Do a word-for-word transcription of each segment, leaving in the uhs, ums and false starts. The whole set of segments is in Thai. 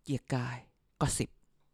เกียร์กายก็สิบ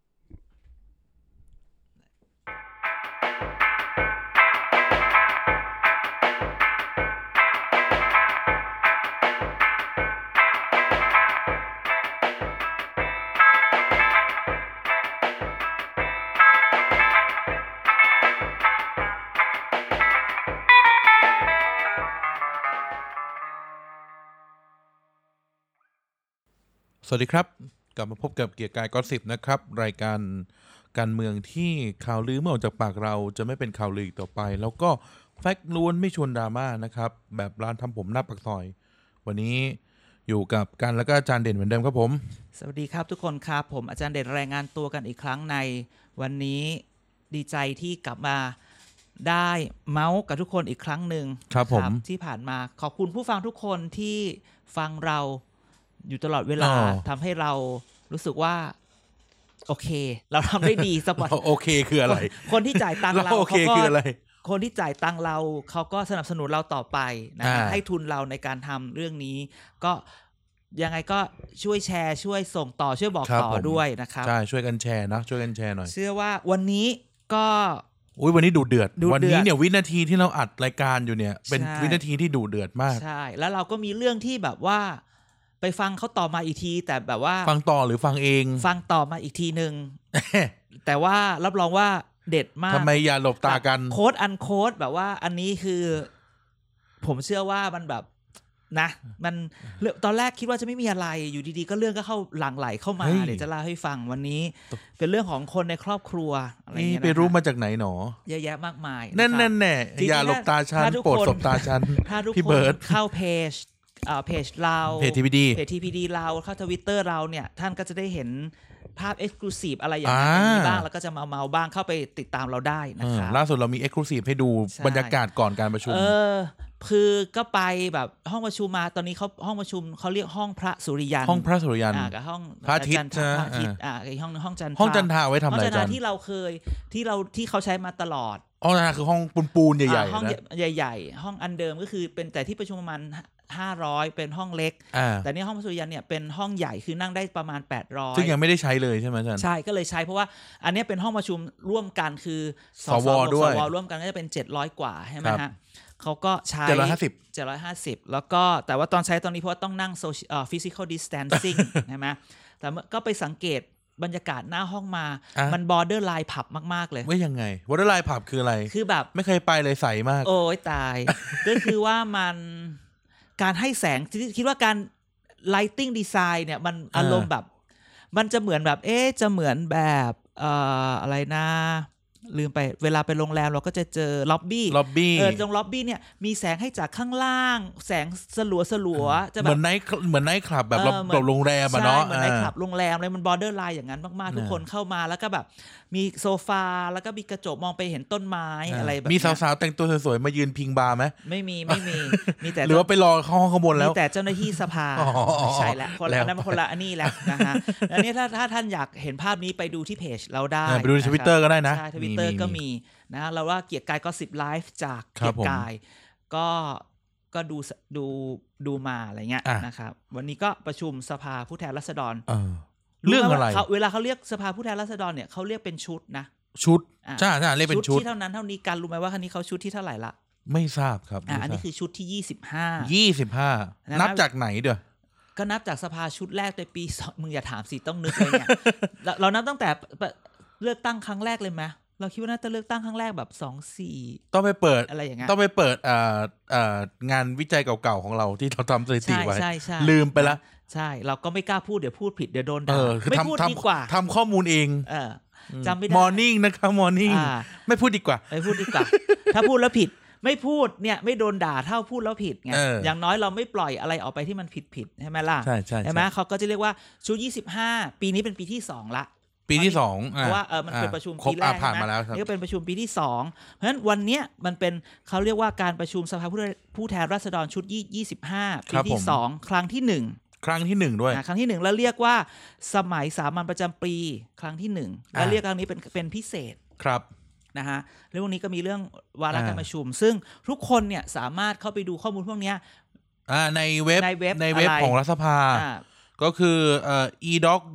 สวัสดีครับกลับมาพบกับเกียร์กายก็สิบนะครับรายการการเมืองที่ข่าวลือเมื่อออกจากปากเราจะไม่เป็นข่าวลืออีกต่อไปแล้วก็แฟกต์ล้วนไม่ชวนดราม่านะครับแบบร้านทำผมหน้าปากซอยวันนี้อยู่กับกันแล้วก็อาจารย์เด่นเหมือนเดิมครับผมสวัสดีครับทุกคนครับผมอาจารย์เด่นรายงานตัวกันอีกครั้งในวันนี้ดีใจที่กลับมาได้เมาส์กับทุกคนอีกครั้งหนึ่งครับผมที่ผ่านมาขอบคุณผู้ฟังทุกคนที่ฟังเราอยู่ตลอดเวลาทำให้เรารู้สึกว่าโอเคเราทำได้ดีสักวันโอเคคืออะไรคนที่จ่ายตังค์เราเขาก็คนที่จ่ายตังค์เราเขาก็สนับสนุนเราต่อไปนะให้ทุนเราในการทำเรื่องนี้ก็ยังไงก็ช่วยแชร์ช่วยส่งต่อช่วยบอกต่อด้วยนะครับใช่ช่วยกันแชร์นะช่วยกันแชร์หน่อยเชื่อว่าวันนี้ก็อุ้ยวันนี้ดุเดือดวันนี้เนี่ยวินาทีที่เราอัดรายการอยู่เนี่ยเป็นวินาทีที่ดุเดือดมากใช่แล้วเราก็มีเรื่องที่แบบว่าไปฟังเขาต่อมาอีกทีแต่แบบว่าฟังต่อหรือฟังเองฟังต่อมาอีกทีนึง แต่ว่ารับรองว่าเด็ดมากทำไมอย่าหลบตากันโค้ดอันโค้ดแบบว่าอันนี้คือผมเชื่อว่ามันแบบนะมันตอนแรกคิดว่าจะไม่มีอะไรอยู่ดีๆก็เรื่องก็เข้าหลั่งไหลเข้ามาเดี๋ยวจะเล่าให้ฟังวันนี้เป็นเรื่องของคนในครอบครัวอะไรเงี้ยนะไปรู้มาจากไหนหนอเยอะแยะมากมายนั่นนั่นแน่อย่าหลบตาฉันโปรดสบตาฉันพี่เบิร์ดเข้าเพจอ่าเพจเราเพจ ที พี ดีเพจ ที พี ดี เราเข้า Twitter เราเนี่ยท่านก็จะได้เห็นภาพ Exclusive อะไรอย่างนี้บ้างแล้วก็จะมาเมาบ้างเข้าไปติดตามเราได้นะครับล่าสุดเรามี Exclusive ให้ดูบรรยากาศก่อนการประชุมเออคือก็ไปแบบห้องประชุมมาตอนนี้เขาห้องประชุมเขาเรียกห้องพระสุริยันห้องพระสุริยันอ่ากับห้องพระอาทิตย์พระอาทิตย์อ่าห้องห้องจันทร์ห้องจันทราไว้ทำอะไรจันที่เราเคยที่เราที่เขาใช้มาตลอดห้องจันทราคือห้องปูนๆใหญ่ๆห้องใหญ่ๆห้องอันเดิมก็คือเป็นแต่ที่ประชุมประมาณห้าร้อยเป็นห้องเล็กแต่นี่ห้องพระสุริยันเนี่ยเป็นห้องใหญ่คือนั่งได้ประมาณแปดร้อยซึ่งยังไม่ได้ใช้เลยใช่ไหมอาจารย์ใช่ก็เลยใช้เพราะว่าอันนี้เป็นห้องประชุมร่วมกันคือสวด้วยสวร่วมกันก็จะเป็นเจ็ดร้อยกว่าใช่ไหมฮะเขาก็ใช้เจ็ดร้อยห้าสิบเจ็ดร้อยห้าสิบแล้วก็แต่ว่าตอนใช้ตอนนี้เพราะว่าต้องนั่งโซเอ่อ physical distancing ใช่ไหมแต่ก็ไปสังเกตบรรยากาศหน้าห้องมามัน border line ผับมากๆเลยว่ายังไง border line ผับคืออะไรคือแบบไม่เคยไปเลยใสมากโอ้ยตาย ก็คือว่ามันการให้แสงคิดว่าการ lighting design เนี่ยมันอารมณ์แบบมันจะเหมือนแบบเอ๊ะจะเหมือนแบบเอ่ออะไรนะลืมไปเวลาไปโรงแรมเราก็จะเจอล็อบบี้ล็อบบี้เออตรงล็อบบี้เนี่ยมีแสงให้จากข้างล่างแสงสลัวสลัวจะแบบเหมือนไนท์เหมือนไนท์คลับแบบแบบโรงแรมอ่ะเนาะเหมือนไนท์คลับโรงแรมเลยมันบอร์เดอร์ไลน์อย่างนั้นมากๆทุกคนเข้ามาแล้วก็แบบมีโซฟาแล้วก็มีกระจกมองไปเห็นต้นไม้อะไรแบบมีสาวๆแต่งตัวสวยๆมายืนพิงบาร์ไหมไม่มีไม่มีมีแต่หรือว่าไปรอเข้าห้องข้างบนแล้วมีแต่เจ้าหน้าที่สภาใช่แล้วคนละนั้นมันคนละอันนี้แหละนะฮะอันนี้ถ้าถ้าท่านอยากเห็นภาพนี้ไปดูที่เพจเราได้ไปดูใน Twitter ก็ได้นะใช่ Twitter ก็มีนะเราว่าเกียรติกายก็สิบไลฟ์จากเกียรติกายก็ก็ดูดูดูมาอะไรเงี้ยนะครับวันนี้ก็ประชุมสภาผู้แทนราษฎรเรื่องอะไรเวลาเขาเรียกสภาผู้แทนราษฎรเนี่ยเขาเรียกเป็นชุดนะชุดใช่ใช่เรียกเป็นชุดที่เท่านั้นเท่านี้กันรู้ไหมว่าครั้งนี้เขาชุดที่เท่าไหร่ละไม่ทราบครับอ่าอันนี้คือชุดที่ยี่สิบห้ายี่สิบห้านับจากไหนเด้อก็นับจากสภาชุดแรกในปีมึงอย่าถามสิต้องนึกเลยเนี่ยเรานับตั้งแต่เลือกตั้งครั้งแรกเลยไหมเราคิดว่าน่าจะเลือกตั้งครั้งแรกแบบสอง สี่ต้องไปเปิดอะไรอย่างเงี้ยต้องไปเปิดอ่าอ่างานวิจัยเก่าๆของเราที่เราทำสถิติไว้ลืมไปละใช่เราก็ไม่กล้าพูดเดี๋ยวพูดผิดเดี๋ยวโดนด่าไม่พูดดีกว่าทำข้อมูลเองเออจำไม่ได้ morning นะครับ morning ไม่พูดดีกว่าไม่พูดดีกว่าถ้าพูดแล้วผิดไม่พูดเนี่ยไม่โดนด่าเท่าพูดแล้วผิดไง อ, อย่างน้อยเราไม่ปล่อยอะไรออกไปที่มันผิดผิดใช่ไหมล่ะใช่ใช่ใช่ไหมเขาก็จะเรียกว่าชุดยี่สิบห้าปีนี้เป็นปีที่สองละปีที่สองเพราะว่าเออมันเป็นประชุมปีแรกผ่านมาแล้วนี่ก็เป็นประชุมปีที่สองเพราะฉะนั้นวันเนี้ยมันเป็นเขาเรียกว่าการประชุมสภาผู้แทนราษฎรชุดยี่สิบห้าปีที่สองครั้งที่หนึ่งครั้งที่หนึ่งด้วยครั้งที่หนึ่งแล้วเรียกว่าสมัยสามัญประจำปีครั้งที่หนึ่งแล้วเรียกครั้งนี้เป็นเป็นพิเศษครับนะฮะเรื่องนี้ก็มีเรื่องวาระการประชุมซึ่งทุกคนเนี่ยสามารถเข้าไปดูข้อมูลพวกนี้ในเว็บในเว็บของรัฐสภาก็คือเอ่อ อี ด็อก ดอท พ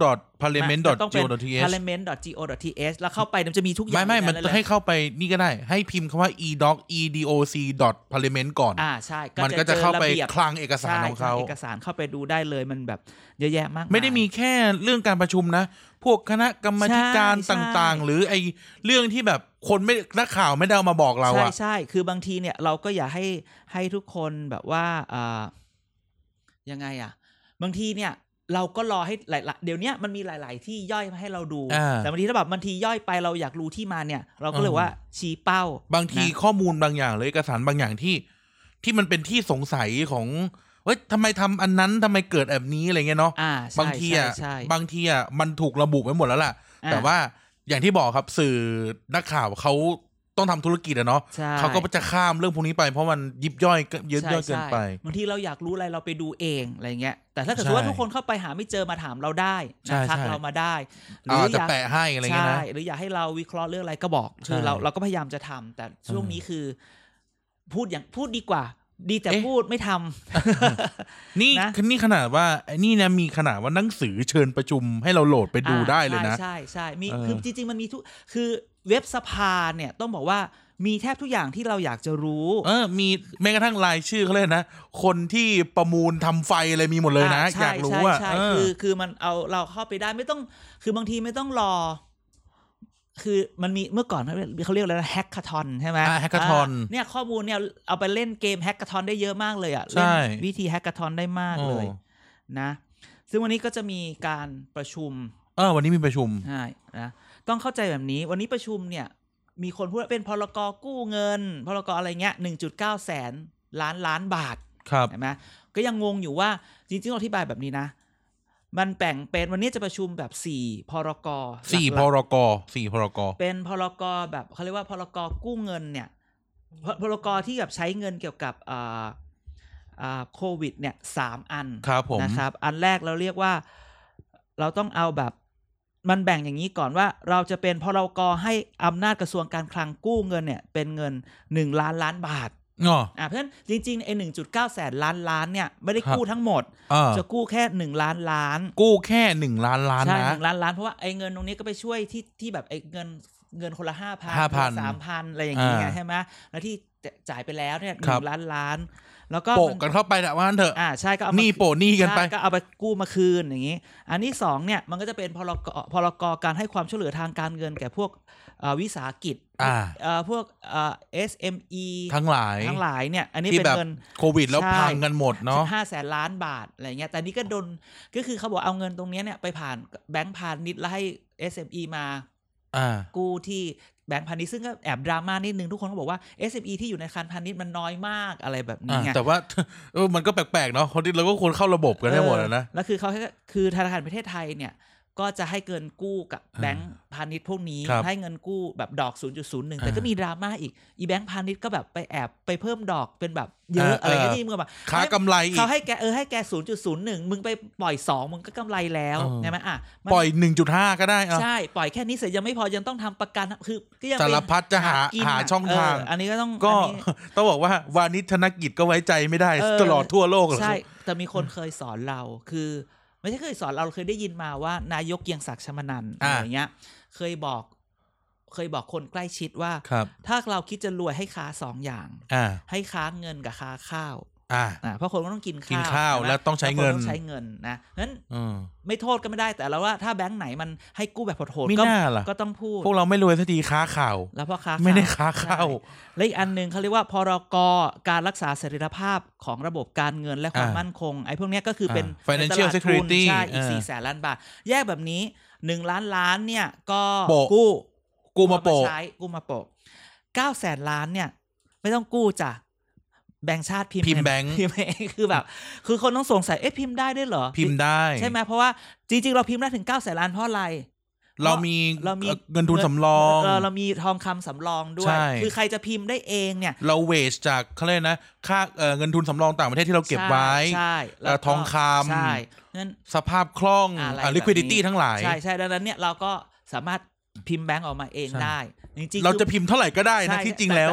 parliament มัดนต้องโจเป็นดอท ที เอช parliament ดอท โจ ดอท ที เอช แล้วเข้าไปมันจะมีทุกอย่างไม่ไม่มันเลยให้เข้าไปนี่ก็ได้ให้พิมพ์คำว่า edoc edoc parliament ก่อนอ่าใช่มันก็จะเข้าไปจอระบียบคลังเอกสารของเขาใช่เอกสารเข้าไปดูได้เลยมันแบบเยอะแยะมากายไม่ได้มีแค่เรื่องการประชุมนะพวกคณะกรรมาธิการใช่ต่างๆ หรือไอ้เรื่องที่แบบคนไม่นักข่าวไม่ได้เอามาบอกเราใช่อะใช่คือบางทีเนี่ยเราก็อยากให้ให้ทุกคนแบบว่าอ่ายังไงอ่ะบางทีเนี่ยเราก็รอให้หลายๆเดี๋ยวนี้มันมีหลาย ๆ ที่ย่อยมาให้เราดูอ่าแต่บางทีถ้าแบบบางทีย่อยไปเราอยากรู้ที่มาเนี่ย เราก็เลยว่าชี้เป้าบางทีนะข้อมูลบางอย่างหรือเอกสารบางอย่างที่ที่มันเป็นที่สงสัยของเฮ้ยทำไมทำอันนั้นทำไมเกิดแบบนี้อะไรเงี้ยเนาะอ่าใช่บางทีอ่ะใช่ใช่บางทีอ่ะมันถูกระบุไว้หมดแล้วล่ะอ่าแต่ว่าอย่างที่บอกครับสื่อนักข่าวเขาต้องทำธุรกิจอะเนาะใช่เขาก็จะข้ามเรื่องพวกนี้ไปเพราะมันยิบย่อยเยอะย่อยเกินไปใช่บางทีเราอยากรู้อะไรเราไปดูเองอะไรเงี้ยแต่ถ้าเกิดใช่ว่าทุกคนเข้าไปหาไม่เจอมาถามเราได้ใช่นะทักใช่เรามาได้หอาจจะยากแปะให้อะไรเงี้ยนะใช่หรืออยากให้เราวิเคราะห์เรื่องอะไรก็บอกใช่คือเราเราก็พยายามจะทำแต่ช่วงนี้คือ พูดอย่างพูดดีกว่า ดีแต่เอ๊ะพูดไม่ทำนี่นะนี่ขนาดว่าไอ้นี่นะมีขนาดว่าหนังสือเชิญประชุมให้เราโหลดไปดูอ่าได้เลยนะใช่ใช่ใช่มีเออคือจริงๆมันมีทุกคือเว็บสภาเนี่ยต้องบอกว่ามีแทบทุกอย่างที่เราอยากจะรู้เออมีแม้กระทั่งรายชื่อเขาเลยนะคนที่ประมูลทำไฟอะไรมีหมดเลยนะใช่อยากรู้ใช่ว่าใช่เออคือคือมันเอาเราเข้าไปได้ไม่ต้องคือบางทีไม่ต้องรอ คือมันมีเมื่อก่อนเขาเรียกอะไรนะแฮกคาทอนใช่ไหมอ่า hackathon อ่าเนี่ยข้อมูลเนี่ยเอาไปเล่นเกมแฮกคาทอนได้เยอะมากเลยอ่ะใช่เล่นวิธีแฮกคาทอนได้มากเลยโอ้นะซึ่งวันนี้ก็จะมีการประชุมเออวันนี้มีประชุมใช่นะต้องเข้าใจแบบนี้วันนี้ประชุมเนี่ยมีคนพูดว่าเป็นพรกกู้เงินพรกอะไรเงี้ย หนึ่งจุดเก้า แสนล้านล้านบาทครับใช่ไหมก็ยังงงอยู่ว่าจริงๆต้องอธิบายแบบนี้นะมันแบ่งเป็นวันนี้จะประชุมแบบสี่พรกสี่หพลักรกสี่พรกๆเป็นพรกแบบเขาเรียกว่าพรกกู้เงินเนี่ยพพรกที่แบบใช้เงินเกี่ยวกับอ่าอ่าโควิดเนี่ยสามอันครับผมนะครับอันแรกเราเรียกว่าเราต้องเอาแบบมันแบ่งอย่างนี้ก่อนว่าเราจะเป็นพรกให้อำนาจกระทรวงการคลังกู้เงินเนี่ยเป็นเงินหนึ่งล้านล้านบาทอ๋ออ่าเพราะฉะนั้นจริงๆไอ้หนึ่งจุดเก้าแสนล้านล้านเนี่ยไม่ได้ครับกู้ทั้งหมดอ่าจะกู้แค่หนึ่งล้านล้านกู้แค่หนึ่งล้านล้านใช่หนะนึ่งล้านล้านเพราะว่าไอ้เงินตรงนี้ก็ไปช่วยที่ที่แบบไอ้เงินเงินคนละห้าพันห้าพันสามพันอะไรอย่างเงี้ยอ่าใช่ไหมแล้วที่จ่ายไปแล้วเนี่ยหครันึ่บงล้านล้าน แล้วก็โปะกันเข้าไปแหละว่างั้นเถอะอ่าใช่ก็เอาหมานี่โปะหนี่กันไปใช่ก็เอาไปกู้มาคืนอย่างนี้ อันที่สองเนี่ยมันก็จะเป็นพรกพรกการให้ความช่วยเหลือทางการเงินแก่พวกเอ่อวิสาหกิจอ่าเอ่อพวกเอ่อ เอส เอ็ม อีทั้งหลายทั้งหลายเนี่ยอันนี้ที่เป็นแบบเงินโควิดแล้วใช่พังกันหมดเนาะห้าแสนล้านบาทอะไรเงี้ยแต่นี่ก็โดนก็คือเขาบอกเอาเงินตรงเนี้ยเนี่ยไปผ่านแบงก์พาณิชย์แล้วให้ เอส เอ็ม อี มาอ่ากู้ที่แบงก์พาณิชย์ซึ่งก็แอบดราม่านิดนึงทุกคนก็บอกว่า เอส เอ็ม อี ที่อยู่ในคารพาณิชย์มันน้อยมากอะไรแบบนี้อ่าไงแต่ว่า เออมันก็แปลกๆเนาะคนที่เราก็ควรเข้าระบบกันได้หมดอะนะเออแล้วคือเขาให้คือธนาคารประเทศไทยเนี่ยก็จะให้เกินกู้กับอ่าแบงก์พาณิชย์พวกนี้ครับให้เงินกู้แบบดอก ศูนย์จุดศูนย์หนึ่งอ่าแต่ก็มีดราม่าอีกอีแบงก์พาณิชย์ก็แบบไปแอบไปเพิ่มดอกเป็นแบบเยอะอ่าอะไรเงี้ยเออที่มึงแบบค้ากำไรอีกเขาให้แกเออให้แก ศูนย์จุดศูนย์หนึ่ง มึงไปปล่อยสองมึงก็กำไรแล้วเออใช่ไหมอ่ะมันปล่อยหนึ่งจุดห้าก็ได้อ่ะใช่ปล่อยแค่นี้เสร็จยังไม่พอยังต้องทำประกันคือก็ยังสารเป็นพัดจะหากินะหาช่องทางเอันนี้ก็ต้องก็อันนี้ต้องบอกว่าวานิชธนกิจก็ไว้ใจไม่ได้เออตลอดทั่วโลกเลยใช่แต่มีคนเคยสอนเราคือไม่ใช่เคยสอนเราเคยได้ยินมาว่านายกเกียงศักดิ์ชมนันท์อะไรอย่างเงี้ยเคยบอกเคยบอกคนใกล้ชิดว่าครับถ้าเราคิดจะรวยให้ค้าสองอย่างอ่าให้ค้าเงินกับค้าข้าวอ่าอ่าเพราะคนก็ต้องกินกินข้าวข้าวใช่ไหมแล้วต้องใช้แล้วคนเงินต้องใช้เงินนะงั้นอืมไม่โทษก็ไม่ได้แต่เราว่าถ้าแบงค์ไหนมันให้กู้แบบโหดไม่ๆก็น่าล่ะก็ต้องพูดพวกเราไม่รวยสักทีค้าข่าวแล้วพอค้าไม่ได้วค้าข้าวใช่และอีกอันหนึงเขาเรียกว่าพรกการรักษาเสถียรภาพของระบบการเงินและความอ่ามั่นคงไอ้พวกเนี้ยก็คือเป็นอ่า financial ในตลาดทุน security ใช่อีกอ่าสี่แสนล้านบาทแยกแบบนี้หนึ่งล้านล้านเนี่ยก็โปะกู้กู้มาโปะใช้กู้มาโปะเก้าแสนล้านเนี่ยไม่ต้องกู้จ้ะแบงก์ชาติพิมพ์พิมพ์แบงค์พิมพ์เองคือแบบคือคนต้องสงสัยเอ๊ะพิมพ์ได้ด้วยเหรอพิมพ์ได้ใช่ไหมเพราะว่าจริงๆเราพิมพ์ได้ถึงเก้าแสนล้านเพราะอะไรเรามีเรามีเงินทุนสำรองเเรามีทองคำสำรองด้วใช่ยคือใครจะพิมพ์ได้เองเนี่ยเราเวชจากเขาเรียกนะค่าเอ่อเงินทุนสำรองต่างประเทศที่เราเก็บไว้ใช่แล้วเอ่อก็ทองคำใช่งั้นสภาพคล่องอะไรอ่าแบบ liquidity นี้ทั้งหลายใช่ใช่ดังนั้นเนี่ยเราก็สามารถพิมพ์แบงก์ออกมาเองใช่ได้จริงๆเราคือจะพิมพ์เท่าไหร่ก็ได้นะใช่ที่จริงต่แล้ว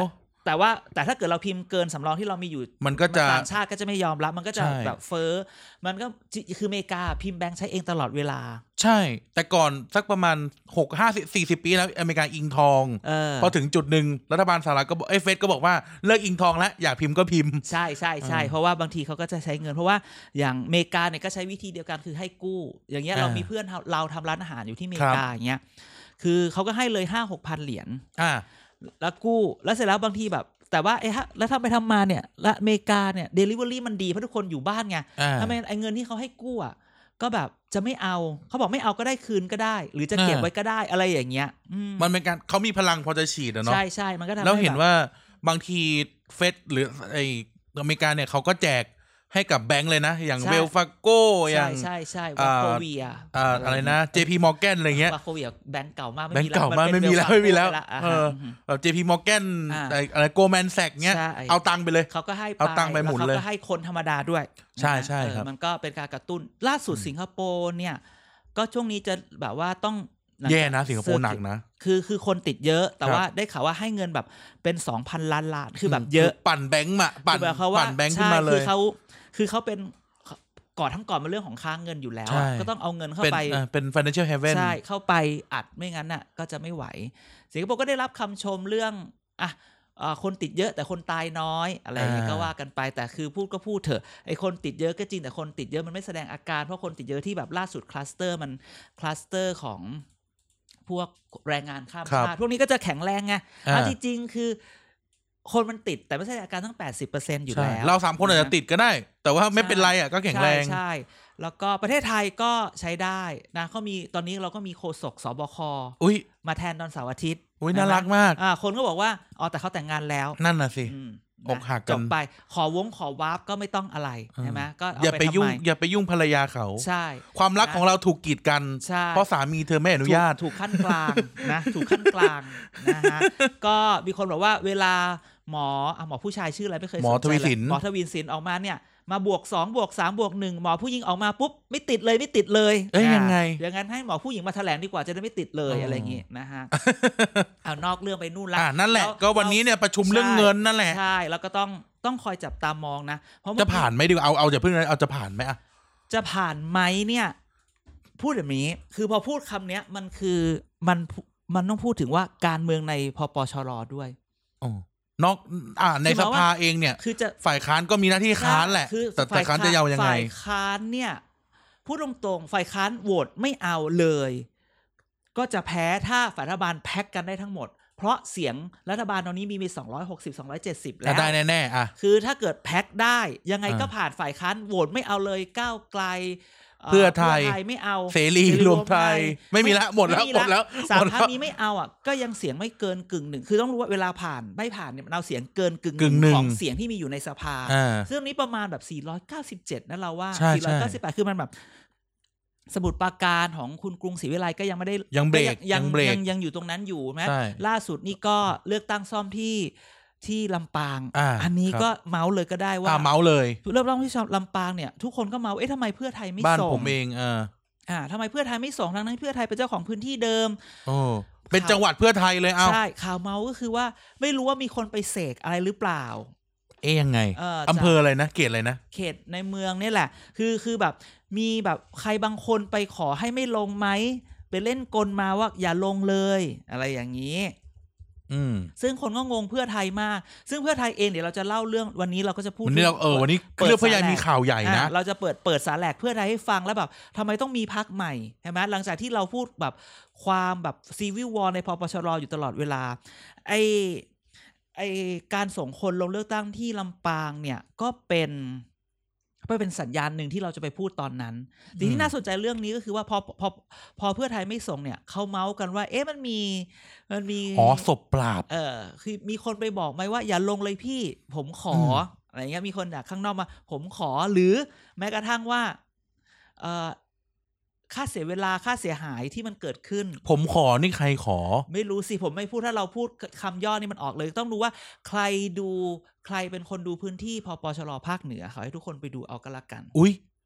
แต่ว่าแต่ถ้าเกิดเราพิมพ์เกินสำรองที่เรามีอยู่มันก็จะต่างชาติก็จะไม่ยอมรับมันก็จะแบบเฟ้อมันก็คืออเมริกาพิมพ์แบงค์ใช้เองตลอดเวลาใช่แต่ก่อนสักประมาณหก ห้า สี่สิบปีแล้วอเมริกาอิงทองเออพอถึงจุดนึงรัฐบาลสหรัฐก็บอกเอ้เฟดก็บอกว่าเลิกอิงทองแล้วอยากพิมพ์ก็พิมพ์ใช่ใช่ใช่เพราะว่าบางทีเขาก็จะใช้เงินเพราะว่าอย่างอเมริกาเนี่ยก็ใช้วิธีเดียวกันคือให้กู้อย่างเงี้ยเรามีเพื่อนเราทำร้านอาหารอยู่ที่อเมริกาอย่างเงี้ยคือเขาก็ให้เลย ห้าหก พันเหรียญอ่าแล้วกู้แล้วเสร็จแล้วบางทีแบบแต่ว่าไอ้ฮะแล้วทำไปทำมาเนี่ยและอเมริกาเนี่ยเดลิเวอรี่มันดีเพราะทุกคนอยู่บ้านไงทำไมไอ้เงินที่เขาให้กู้อ่ะก็แบบจะไม่เอาเขาบอกไม่เอาก็ได้คืนก็ได้หรือจะเก็บไว้ก็ได้อะไรอย่างเงี้ยมันเป็นการเขามีพลังพอจะฉีดอะเนาะใช่ใช่มันก็ทำแล้วเห็นว่าบางทีเฟดหรือไอ้อเมริกาเนี่ยเขาก็แจกให้กับแบงค์เลยนะอย่างเวลฟาโก้อย่างใช่ใช่วาโคเวียอะไรนะ เจ พี Morgan อะไรเงี้ยวาโคเวียแบงค์เก่ามากไม่มีแล้วไม่มีแล้วไม่มีแล้วเออแบบ เจ พี Morgan อะไรโกลแมนแซกเงี้ยเอาตังค์ไปเลยเขาก็ให้เอาตังค์ไปหมุนเลยเขาก็ให้คนธรรมดาด้วยใช่ใช่ครับมันก็เป็นการกระตุ้นล่าสุดสิงคโปร์เนี่ยก็ช่วงนี้จะแบบว่าต้องแย่นะสิงคโปร์หนักนะคือคือคนติดเยอะแต่ว่าได้ข่าวว่าให้เงินแบบเป็น สองพัน ล้านล้านคือแบบเยอะปั่นแบงค์มาปั่นปั่นแบงค์ขึ้นมาเลยคือเขาคือเขาเป็นก่อนทั้งก่อนมาเรื่องของค้างเงินอยู่แล้วก็ต้องเอาเงินเข้าไปเป็น financial haven ใช่เข้าไปอัดไม่งั้นน่ะก็จะไม่ไหวสิงคโปร์ก็ได้รับคำชมเรื่องอ่ะคนติดเยอะแต่คนตายน้อยอะไรอย่างเงี้ยก็ว่ากันไปแต่คือพูดก็พูดเถอะไอ้คนติดเยอะก็จริงแต่คนติดเยอะมันไม่แสดงอาการเพราะคนติดเยอะที่แบบล่าสุดคลัสเตอร์มันคลัสเตอร์ของพวกแรงงานข้ามชาติพวกนี้ก็จะแข็งแรงไงเอาจริงๆคือคนมันติดแต่ไม่ใช่อาการทั้ง แปดสิบเปอร์เซ็นต์ อยู่แล้วเราสามคนอาจจะติดก็ได้แต่ว่าไม่เป็นไรอ่ะก็แข็งแรงใช่แล้วก็ประเทศไทยก็ใช้ได้นะเขามีตอนนี้เราก็มีโฆษกสบคอุ้ยมาแทนตอนเสาร์อาทิตย์อุ้ยน่ารักมากอ่าคนก็บอกว่าอ๋อแต่เขาแต่งงานแล้วนั่นน่ะสิอกหักกันจบไปขอวงขอวาร์ปก็ไม่ต้องอะไรใช่ไหมก็อย่าไปยุ่งอย่าไปยุ่งภรรยาเขาใช่ความรักของเราถูกกีดกันเพราะสามีเธอไม่อนุญาตถูกขั้นกลางนะถูกขั้นกลางนะฮะก็มีคนบอกว่าเวลาหมอหมอผู้ชายชื่ออะไรไม่เคยสนใจหมอทวีสินหมอทวีสินออกมาเนี่ยมาบวกสองบวกสามบวกหนึ่งหมอผู้หญิงออกมาปุ๊บไม่ติดเลยไม่ติดเลยเอ้ยยังไงอย่างนั้นให้หมอผู้หญิงมาแถลงดีกว่าจะได้ไม่ติดเลยอะไรอย่างงี้นะฮะเอานอกเรื่องไปนู่นละอ่านั่นแหละก็วันนี้เนี่ยประชุมเรื่องเงินนั่นแหละใช่แล้วก็ต้องต้องคอยจับตามองนะเพราะจะผ่านไหมดีเอาเอาจะเพิ่งเอาจะผ่านไหมอ่ะจะผ่านไหมเนี่ยพูดแบบนี้คือพอพูดคำนี้มันคือมันมันต้องพูดถึงว่าการเมืองในพปชรด้วยอ๋อนอกอ่าในสภาเองเนี่ยคือจะฝ่ายค้านก็มีหน้าที่ค้านแหละแต่ฝ่ายค้านจะยาวยังไงฝ่ายค้านเนี่ยพูดตรงๆฝ่ายค้านโหวตไม่เอาเลยก็จะแพ้ถ้าฝ่ายรัฐบาลแพ็กกันได้ทั้งหมดเพราะเสียงรัฐบาลตอนนี้มีมีสองร้อยหกสิบ สองร้อยเจ็ดสิบแล้วได้แน่ๆอ่ะคือถ้าเกิดแพ็กได้ยังไงก็ผ่านฝ่ายค้านโหวตไม่เอาเลยก้าวไกลเพื่อไทยไม่เอาเสรีรวมไทยไม่มีละหมดแล้วหมดแล้วสามพรรคนี้ไม่เอาอ่ะก็ยังเสียงไม่เกินกึ่งหนึ่งคือต้องรู้ว่าเวลาผ่านไม่ผ่านเนี่ยมันเอาเสียงเกินกึ่งหนึ่งของเสียงที่มีอยู่ในสภาซึ่งนี้ประมาณแบบสี่ร้อยเก้าสิบเจ็ดนะเราว่าสี่ร้อยเก้าสิบแปดคือมันแบบสมุทรปราการของคุณกรุงศรีวิไลก็ยังไม่ได้ยังเบรกยังยังยังอยู่ตรงนั้นอยู่ไหมล่าสุดนี่ก็เลือกตั้งซ่อมที่ที่ลำปาง อ, อันนี้ก็เมาส์เลยก็ได้ว่าเมาส์เลยเริ่มต้นที่ลำปางเนี่ยทุกคนก็เมาส์เอ๊ะทำไมเพื่อไทยไม่ส่งบ้านผมเองอ่าอ่าทำไมเพื่อไทยไม่ส่งทั้งนั้นเพื่อไทยเป็นเจ้าของพื้นที่เดิมโอ้เป็นจังหวัดเพื่อไทยเลยเอาใช่ข่าวเมาส์ก็คือว่าไม่รู้ว่ามีคนไปเสกอะไรหรือเปล่าเอ๊ยยังไงอำเภออะไรนะเขตอะไรนะเขตในเมืองนี่แหละคือคือแบบมีแบบใครบางคนไปขอให้ไม่ลงไหมไปเล่นกลมาว่าอย่าลงเลยอะไรอย่างนี้ซึ่งคนก็งงเพื่อไทยมากซึ่งเพื่อไทยเองเดี๋ยวเราจะเล่าเรื่องวันนี้เราก็จะพูดวันนี้เราเออวันนี้เรื่องเพื่อไทยมีข่าวใหญ่นะเราจะเปิดเปิดสาแหลกเพื่อไทยให้ฟังแล้วแบบทำไมต้องมีพรรคใหม่ใช่ไหมหลังจากที่เราพูดแบบความแบบซีวิลวอร์ในพปชรอยู่ตลอดเวลาไอไอการส่งคนลงเลือกตั้งที่ลำปางเนี่ยก็เป็นก็เป็นสัญญาณหนึ่งที่เราจะไปพูดตอนนั้นทีที่น่าสนใจเรื่องนี้ก็คือว่าพอพอพอเพื่อไทยไม่ส่งเนี่ยเขาเมาส์กันว่าเอ๊ะมันมีมันมีอ๋อศพปราบเออคือมีคนไปบอกไหมว่าอย่าลงเลยพี่ผมขออะไรเงี้ยมีคนจากข้างนอกมาผมขอหรือแม้กระทั่งว่าเอ่อค่าเสียเวลาค่าเสียหายที่มันเกิดขึ้นผมขอนี่ใครขอไม่รู้สิผมไม่พูดถ้าเราพูดคำย่อนี่มันออกเลยต้องรู้ว่าใครดูใครเป็นคนดูพื้นที่พปชรภาคเหนือขอให้ทุกคนไปดูเอาก็แล้วกันอุ๊ย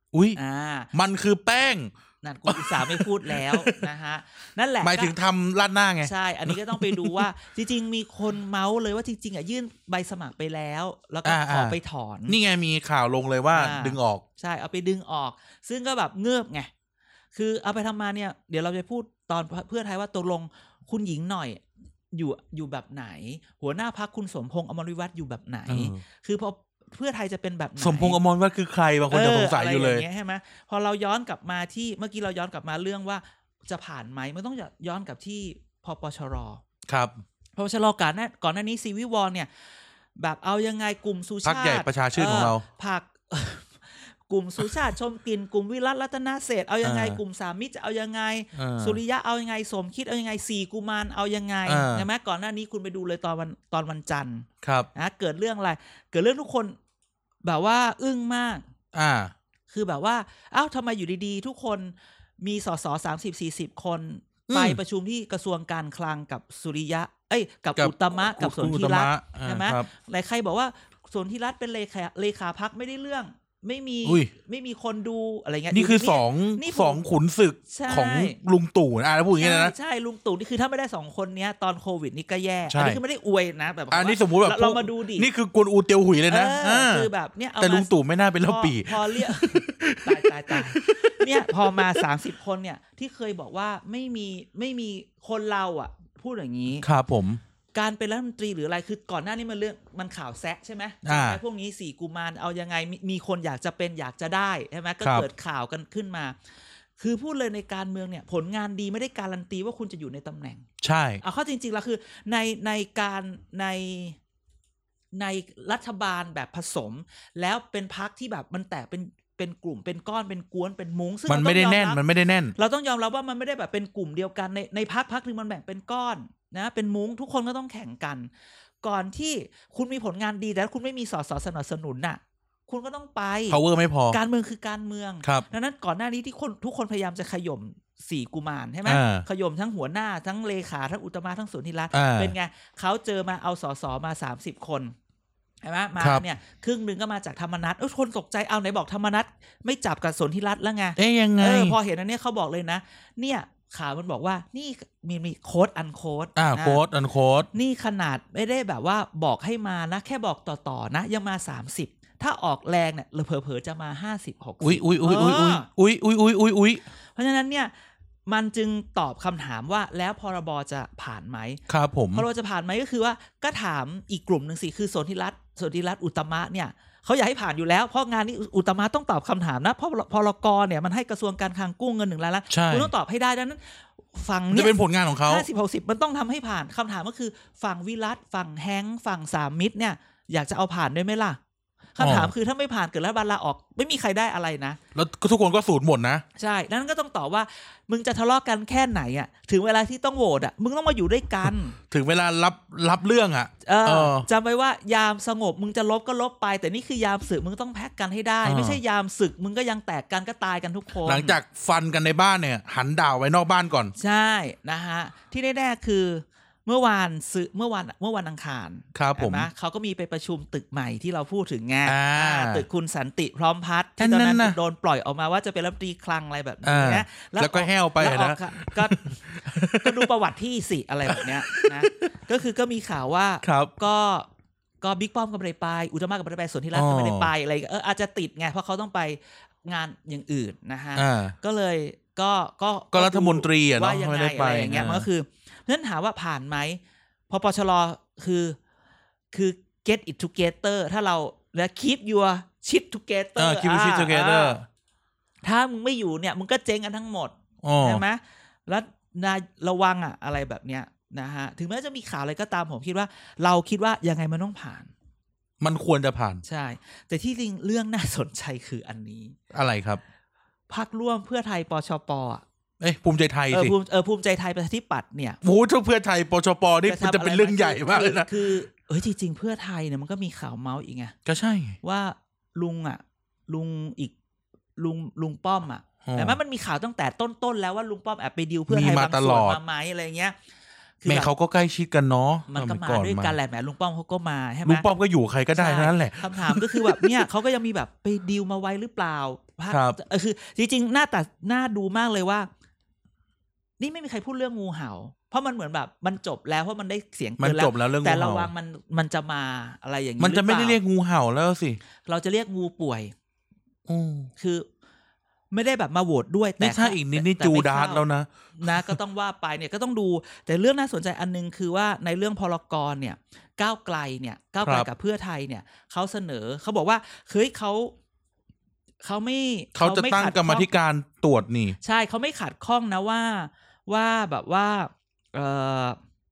อุ้ยอ่ามันคือแป้งนั่นกูอุตส่าห์ไม่พูดแล้ว นะฮะนั่นแหละหมายถึงทำราดหน้าไงใช่อันนี้ก็ต้องไปดูว่าจริงๆมีคนเมาส์เลยว่าจริงๆอ่ะยื่นใบสมัครไปแล้วแล้วก็ขอไปถอนนี่ไงมีข่าวลงเลยว่าดึงออกใช่เอาไปดึงออกซึ่งก็แบบเงือบไงคือเอาไปทำมาเนี่ยเดี๋ยวเราจะพูดตอนเพื่อไทยว่าตกลงคุณหญิงหน่อยอยู่อยู่แบบไหนหัวหน้าพรรคคุณสมพงษ์อมรวิวัฒน์อยู่แบบไหนคือพอเพื่อไทยจะเป็นแบบไหนสมพงษ์อมรวิวัฒน์คือใครบางคนจะสงสัยอยู่เลยใช่ไหมพอเราย้อนกลับมาที่เมื่อกี้เราย้อนกลับมาเรื่องว่าจะผ่านไหมมันต้องย้อนกลับที่พปชรครับพปชรก่อนหน้าก่อนหน้านี้ซีวิวอลเนี่ยแบบเอายังไงกลุ่มสุชาติพรรคใหญ่ประชาชื่นของเราพรรคกลุ่มสุชาติชมกลิ่นกลุ่มวิรัตรัตนเศรษฐ์เอายังไงกลุ่มสามมิตรจะเอายังไงสุริยะเอายังไงสมคิดเอายังไงสี่กุมารเอายังไงใช่ไหมก่อนหน้านี้คุณไปดูเลยตอนวันตอนวันจันทร์ครับนะเกิดเรื่องอะไรเกิดเรื่องทุกคนแบบว่าอึ้งมากอ่าคือแบบว่าเอ้าทำไมอยู่ดีๆทุกคนมีสสสามสิบสี่สิบคนไปประชุมที่กระทรวงการคลังกับสุริยะเอ้ยกับอุตมะกับสนธิรัตน์ใช่ไหมหลายใครบอกว่าสนธิรัตน์เป็นเลขาเลขาพรรคไม่ได้เรื่องไม่มีไม่มีคนดูอะไรเงี้ยนี่คือสองสองขุนศึกของลุงตู่อ่ะแล้วพูดอย่างนี้นะใช่ลุงตู่นี่คือถ้าไม่ได้สองคนเนี้ยตอนโควิดนี่ก็แย่อันนี้คือไม่ได้อวยนะแบบอันนี้สมมุติแบบเรามาดูดินี่คือกวนอูเตียวหุยเลยนะคือแบบเนี้ยแต่ลุงตู่ไม่น่าเป็นเล่าปี่พอเรียกตายตายตายเนี่ยพอมาสามสิบคนเนี่ยที่เคยบอกว่าไม่มีไม่มีคนเราอ่ะพูดอย่างนี้ครับผมการเป็นรัฐมนตรีหรืออะไรคือก่อนหน้านี้มันเรื่องมันข่าวแซะใช่ไหมไอ้พวกนี้สี่กุมารเอายังไงมีคนอยากจะเป็นอยากจะได้ใช่ไหมก็เกิดข่าวกันขึ้นมาคือพูดเลยในการเมืองเนี่ยผลงานดีไม่ได้การันตีว่าคุณจะอยู่ในตำแหน่งใช่เอาเข้าจริงๆแล้วคือในในการในในรัฐบาลแบบผสมแล้วเป็นพรรคที่แบบมันแตกเป็นเป็นกลุ่มเป็นก้อนเป็นกวนเป็นมุ้งซึ่งมันไม่ได้แน่นมันไม่ได้แน่นเราต้องยอมรับว่ามันไม่ได้แบบเป็นกลุ่มเดียวกันในในพรรคพรรคนึงมันแบ่งเป็นก้อนนะเป็นมุ้งทุกคนก็ต้องแข่งกันก่อนที่คุณมีผลงานดีแต่คุณไม่มีสสสนับสนุนน่ะคุณก็ต้องไป power ไม่พอการเมืองคือการเมืองดังนั้นก่อนหน้านี้ที่คนทุกคนพยายามจะขย่มสี่กุมารใช่ไหมขย่มทั้งหัวหน้าทั้งเลขาทั้งอุตมะทั้งสนธิรัตน์เป็นไงเขาเจอมาเอาสสมาสามสิบคนใช่ไหมมาเนี่ยครึ่งหนึ่งก็มาจากธรรมนัสเออคนตกใจเอาไหนบอกธรรมนัสไม่จับกับสนธิรัตน์แล้วไงเอ๊ยยังไงพอเห็นอันนี้เขาบอกเลยนะเนี่ยข่าวมันบอกว่านี่มีมีโค้ดอันโค้ดอ่าโค้ดอันโค้ดนี่ขนาดไม่ได้แบบว่าบอกให้มานะแค่บอกต่อๆนะยังมาสามสิบถ้าออกแรงเนี่ยเผลอๆจะมาห้าสิบ หกสิบอุ๊ยอุ๊ยอุ๊ยอุ๊ยอุ๊ยอุ๊ยอุ๊ยอุ๊ยอุ๊ยเพราะฉะนั้นเนี่ยมันจึงตอบคำถามว่าแล้วพรบจะผ่านไหมครับผมพรบจะผ่านไหมก็คือว่าก็ถามอีกกลุ่มนึงสิคือสนธิรัตน์สนธิรัตน์อุตมะเนี่ยเขาอยากให้ผ่านอยู่แล้วเพราะงานนี้อุตมะต้องตอบคำถามนะเพราะพรกเนี่ยมันให้กระทรวงการคลังกู้เงินหนึ่งล้านล้านคุณต้องตอบให้ได้ดังนั้นฝั่งเนี่ยจะเป็นผลงานของเขาห้าสิบ หกสิบมันต้องทำให้ผ่านคำถามก็คือฝั่งวิรัตฝั่งแฮงฝั่งสามมิตรเนี่ยอยากจะเอาผ่านด้วยไหมล่ะคำถามคือถ้าไม่ผ่านเกิดรัฐบาลลาออกไม่มีใครได้อะไรนะแล้วทุกคนก็สูญหมดนะใช่นั้นก็ต้องตอบว่ามึงจะทะเลาะกันแค่ไหนอ่ะถึงเวลาที่ต้องโหวตอ่ะมึงต้องมาอยู่ด้วยกันถึงเวลารับรับเรื่องอ่ะเออจำไว้ว่ายามสงบมึงจะลบก็ลบไปแต่นี่คือยามศึกมึงต้องแพ็กกันให้ได้ไม่ใช่ยามศึกมึงก็ยังแตกกันก็ตายกันทุกคนหลังจากฟันกันในบ้านเนี่ยหันดาวไว้นอกบ้านก่อนใช่นะฮะที่แน่ๆคือเมื่อวานซื้อเมื่อวันเมื่อวันอังคารครับผมนะเขาก็มีไปประชุมตึกใหม่ที่เราพูดถึงไงตึกคุณสันติพร้อมพัฒน์ที่ตอนนั้นโดนปล่อยออกมาว่าจะเป็นรัฐมนตรีคลังอะไรแบบนี้นะแล้วก็แห้วไปนะก็ก็ดูประวัติที่สิอะไรแบบเนี้ยนะก็คือก็มีข่าวว่าก็ก็บิ๊กป้อมก็ไม่ได้ไปอุตมะก็ไม่ได้ไปสนธิรัตน์ก็ไม่ได้ไปอะไรเอออาจจะติดไงเพราะเขาต้องไปงานอย่างอื่นนะฮะก็เลยก็ก็ก็รัฐมนตรีอ่ะเนาะไม่ได้ไปอย่างเงี้ยมันก็คือนั้นถามว่าผ่านไหมพอปชรคือคือ get it together ถ้าเราแล้ว keep your shit together เออ keep your shit together ถ้ามึงไม่อยู่เนี่ยมึงก็เจ๊งกันทั้งหมดใช่ไหมแล้วนายระวังอะอะไรแบบเนี้ยนะฮะถึงแม้จะมีข่าวอะไรก็ตามผมคิดว่าเราคิดว่ายังไงมันต้องผ่านมันควรจะผ่านใช่แต่ที่จริงเรื่องน่าสนใจคืออันนี้อะไรครับพรรคร่วมเพื่อไทยปชปอ่ะเอ้ยภูมิใจไทยสิเออภูมิเออภูมิใจไทยประชาธิปัตย์เนี่ยโอ้ถ้าเพื่อไทยปชปนี่มันจะเป็นเรื่องใหญ่มากเลยนะคือเอ้ยจริงๆเพื่อไทยเนี่ยมันก็มีข่าวเมาส์อีกไงก็ใช่ว่าลุงอ่ะลุงอีกลุงลุงป้อมอ่ะแต่ว่ามันมีข่าวตั้งแต่ต้นๆแล้วว่าลุงป้อมแอบไปดิวเพื่อไทยบางส่วนมาไหมอะไรเงี้ยแม่เขาก็ใกล้ชิดกันเนาะมันก็มาด้วยกันแหละแหมลุงป้อมเขาก็มาใช่ไหมลุงป้อมก็อยู่ใครก็ได้นั่นแหละคำถามก็คือแบบเนี่ยเขาก็ยังมีแบบไปดิวมาไว้หรือเปล่าภาคเออคือจริงๆหน้าตัดหน้าดูมากเลยว่านี่ไม่มีใครพูดเรื่องงูเห่าเพราะมันเหมือนแบบมันจบแล้วเพราะมันได้เสียงเกินแล้วแต่ระวังมันมันจะมาอะไรอย่างนี้มันจะไม่ได้เรียกงูเห่าแล้วสิเราจะเรียกงูป่วยอือคือไม่ได้แบบมาโหวตด้วยแต่นี่ถ้าอีกนิดนี่จูดาสแล้วนะนะก็ต้องว่าไปเนี่ยก็ต้องดูแต่เรื่องน่าสนใจอันนึงคือว่าในเรื่องพรกรเนี่ยก้าวไกลเนี่ยก้าวไกลกับเพื่อไทยเนี่ยเขาเสนอเขาบอกว่าเฮ้ยเขาเขาไม่เขาจะตั้งกรรมธิการตรวจนี่ใช่เขาไม่ขัดข้องนะว่าว่าแบบว่าเออ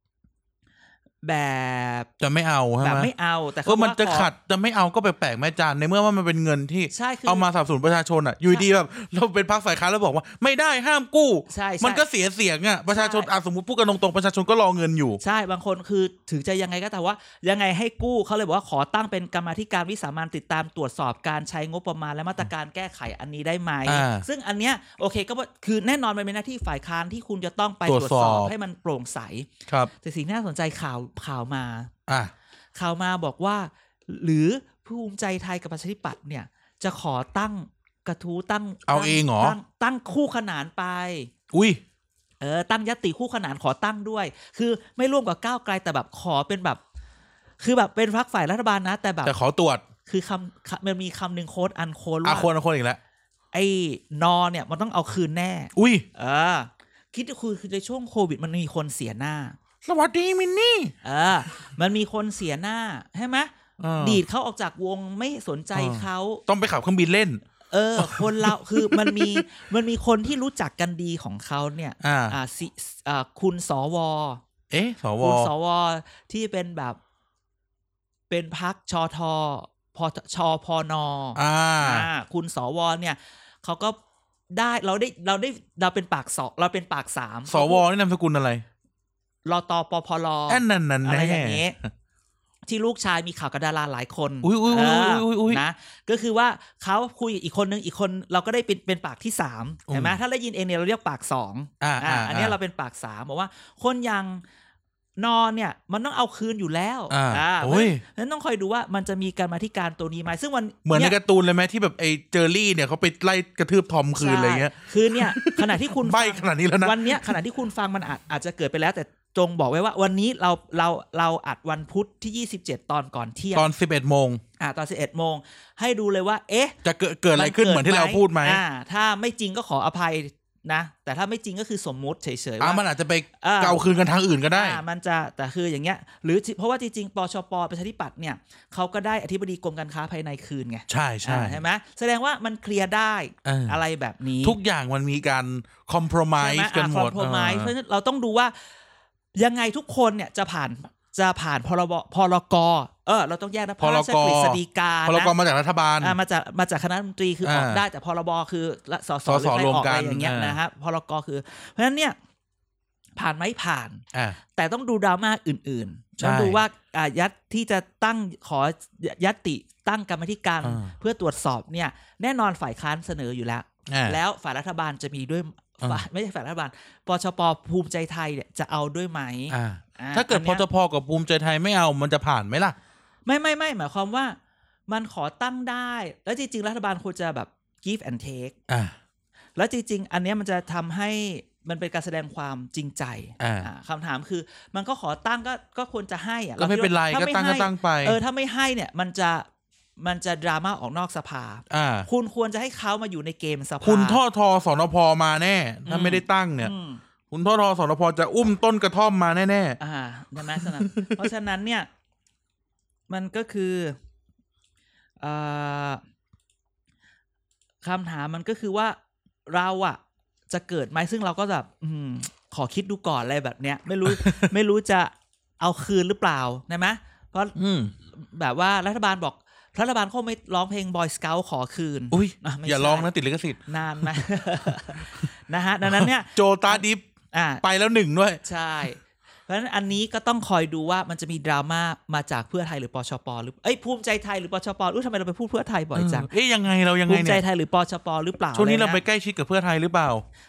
แบบจะไม่เอาใช่ไหมแบบไม่เอาแต่เขามันจะขัดจะไม่เอาก็แปลกๆแม่จานในเมื่อว่ามันเป็นเงินที่เอามาสนับสนุนประชาชนอ่ะอยู่ดีแบบเราเป็นพรรคฝ่ายค้านแล้วบอกว่าไม่ได้ห้ามกู้มันก็เสียเสียงอ่ะประชาชนสมมติพูดกันตรงๆประชาชนก็รอเงินอยู่ใช่บางคนคือถึงจะยังไงก็แต่ว่ายังไงให้กู้เขาเลยบอกว่าขอตั้งเป็นกรรมาธิการวิสามัญติดตามตรวจสอบการใช้งบประมาณและมาตรการแก้ไขอันนี้ได้ไหมซึ่งอันเนี้ยโอเคก็คือแน่นอนมันเป็นหน้าที่ฝ่ายค้านที่คุณจะต้องไปตรวจสอบให้มันโปร่งใสแต่สิ่งที่น่าสนใจข่าวข่าวมาข่าวมาบอกว่าหรือภูมิใจไทยกับประชาธิปัตย์เนี่ยจะขอตั้งกระทู้ตั้งเอาเองเหรอตั้งตั้งคู่ขนานไปอุ้ยเออตั้งญัตติคู่ขนานขอตั้งด้วยคือไม่ร่วมกับก้าวไกลแต่แบบขอเป็นแบบคือแบบเป็นพรรคฝ่ายรัฐบาลนะแต่แบบแต่ขอตรวจคือคำมันมีคำหนึ่งโค้ดอันโค้ดว่าอ่ะโค้ดอันโค้ดอีกแล้วไอ้นอเนี่ยมันต้องเอาคืนแน่อุ้ยเออคิดดูคือคือในช่วงโควิดมันมีคนเสียหน้าสวัสดีมินนี่เออมันมีคนเสียหน้าใช่ไหมดีดเขาออกจากวงไม่สนใจเขาต้องไปขับเครื่องบินเล่นเออคนเราคือมันมีมันมีคนที่รู้จักกันดีของเขาเนี่ยอ่าอ่าสิอ่าคุณสวเอ๊ะสวคุณสวที่เป็นแบบเป็นพรรคชทพชพนอ่าคุณสวเนี่ยเขาก็ได้เราได้เราได้เราเป็นปากสองเราเป็นปากสามสวนี่นามสกุลอะไรรตปพลอะไรอย่างเงี้ยที่ลูกชายมีข่าวกับดาราหลายคนอุ้ยอุ้ยอุ้ยนะก็คือว่าเขาคุยอีกคนนึงอีกคนเราก็ได้เป็นเป็นปากที่สามเห็นไหมถ้าได้ยินเองเนี่ยเราเรียกปากสองอ่าอันนี้เราเป็นปากสามบอกว่าคนยังนอนเนี่ยมันต้องเอาคืนอยู่แล้วอ่าเพราะฉะนั้นต้องคอยดูว่ามันจะมีการมาธิการตัวนี้ไหมซึ่งมันเหมือนในการ์ตูนเลยไหมที่แบบไอ้เจอรี่เนี่ยเขาไปไล่กระทืบทอมคืนอะไรเงี้ยคือเนี่ยขณะที่คุณใบขนาดนี้แล้วนะวันเนี้ยขณะที่คุณฟังมันอาจอาจจะเกิดไปแล้วแต่จงบอกไว้ว่าวันนี้เราเราเราอัดวันพุธที่ยี่สิบเจ็ดตอนก่อนเที่ยงตอน สิบเอ็ดโมงอ่าตอน สิบเอ็ดโมงให้ดูเลยว่าเอ๊ะจะเกิดเกิดอะไรขึ้นเหมือนที่เราพูดไหมอ่าถ้าไม่จริงก็ขออภัยนะแต่ถ้าไม่จริงก็คือสมมุติเฉยๆว่ามันอาจจะไปเก่าคืนกันทางอื่นก็ได้อ่ามันจะแต่คืออย่างเงี้ยหรือเพราะว่าจริงๆปชปประชาธิปัตย์เนี่ยเขาก็ได้อธิบดีกรมการค้าภายในคืนไงใช่ใช่ใช่ไหมแสดงว่ามันเคลียร์ได้อะไรแบบนี้ทุกอย่างมันมีการคอมโพรไมซ์กันหมดเพราะฉะนั้นเราต้องดูว่ายังไงทุกคนเนี่ยจะผ่านจะผ่านพรบพรกเออเราต้องแยกนะพรกฤษฎีกาพรกมาจากรัฐบาลอ่ามาจากมาจากคณะรัฐมนตรีคือออกได้แต่พรบคือสสหรือใครออกอะไรอย่างเงี้ยนะฮะพรกคือเพราะฉะนั้นเนี่ยผ่านไหมผ่านแต่ต้องดูดราม่าอื่นๆต้องดูว่าอายัดที่จะตั้งขอยัตติตั้งกรรมธิการเพื่อตรวจสอบเนี่ยแน่นอนฝ่ายค้านเสนออยู่แล้วแล้วฝ่ายรัฐบาลจะมีด้วยไม่ใช่ฝ่ายรัฐบาลปชปภูมิใจไทยเนี่ยจะเอาด้วยไหมถ้าเกิดปชปกับภูมิใจไทยไม่เอามันจะผ่านไหมล่ะไม่ไม่ไม่หมายความว่ามันขอตั้งได้แล้วจริงๆรัฐบาลควรจะแบบ give and take แล้วจริงๆอันนี้มันจะทำให้มันเป็นการแสดงความจริงใจคำถามคือมันก็ขอตั้งก็ก็ควรจะให้อะก็ไม่เป็นไรก็ตั้งก็ตั้งไปเออถ้าไม่ให้เนี่ยมันจะมันจะดราม่าออกนอกสภาคุณควรจะให้เขามาอยู่ในเกมสภาคุณท่อทอสนพมาแน่ถ้าไม่ได้ตั้งเนี่ยคุณท่อทอสนพจะอุ้มต้นกระท่อมมาแน่ๆอ่าใช่ไหมฉะนั้นเพราะฉะนั้นเนี่ยมันก็คืออ่าคำถามมันก็คือว่าเราอ่ะจะเกิดไหมซึ่งเราก็แบบอืมขอคิดดูก่อนอะไรแบบเนี้ยไม่รู้ ไม่รู้จะเอาคืนหรือเปล่าใช่ไหมเพราะแบบว่ารัฐบาลบอกรัฐบาลเขาไม่ร้องเพลง Boy Scout ขอคืนอุ้ยอย่าร้องนะติดลิขสิทธิ์นานไหม นะฮะดังนั้นเนี่ยโจตาดิฟไปแล้วหนึ่งด้วยใช่เพราะฉะนั้นอันนี้ก็ต้องคอยดูว่ามันจะมีดราม่ามาจากเพื่อไทยหรือปชปหรือเอ้ยภูมิใจไทยหรือปชปอุ๊ยทำไมเราไปพูดเพื่อไทยบ่อยจังเอ๊ยยังไงเรายังไงเนี่ยภูมิใจไทยหรือปชปหรือเปล่าช่วงนี้เราไปใกล้ชิดกับเพื่อไทยหรือเปล่า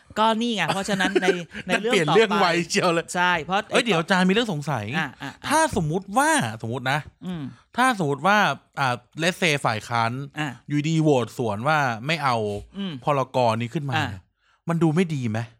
ก็นี่ไงเพราะฉะนั้นในในเรื่องเปลี่ยนต่อเรื่องไปไวเชียวเลยใช่เพราะเอ้ยเดี๋ยวอาจารย์มีเรื่องสงสัยอ่ะอ่ะถ้าสมมุติว่าสมมตินะอืมถ้าสมมติว่าอ่าเลสเซฝ่ายค้านอ่ะอยู่ดีโหวตสวนว่าไม่เอาอืมพรกนี้ขึ้นมาอ่ะเนี่ยมันดูไม่ดีไหม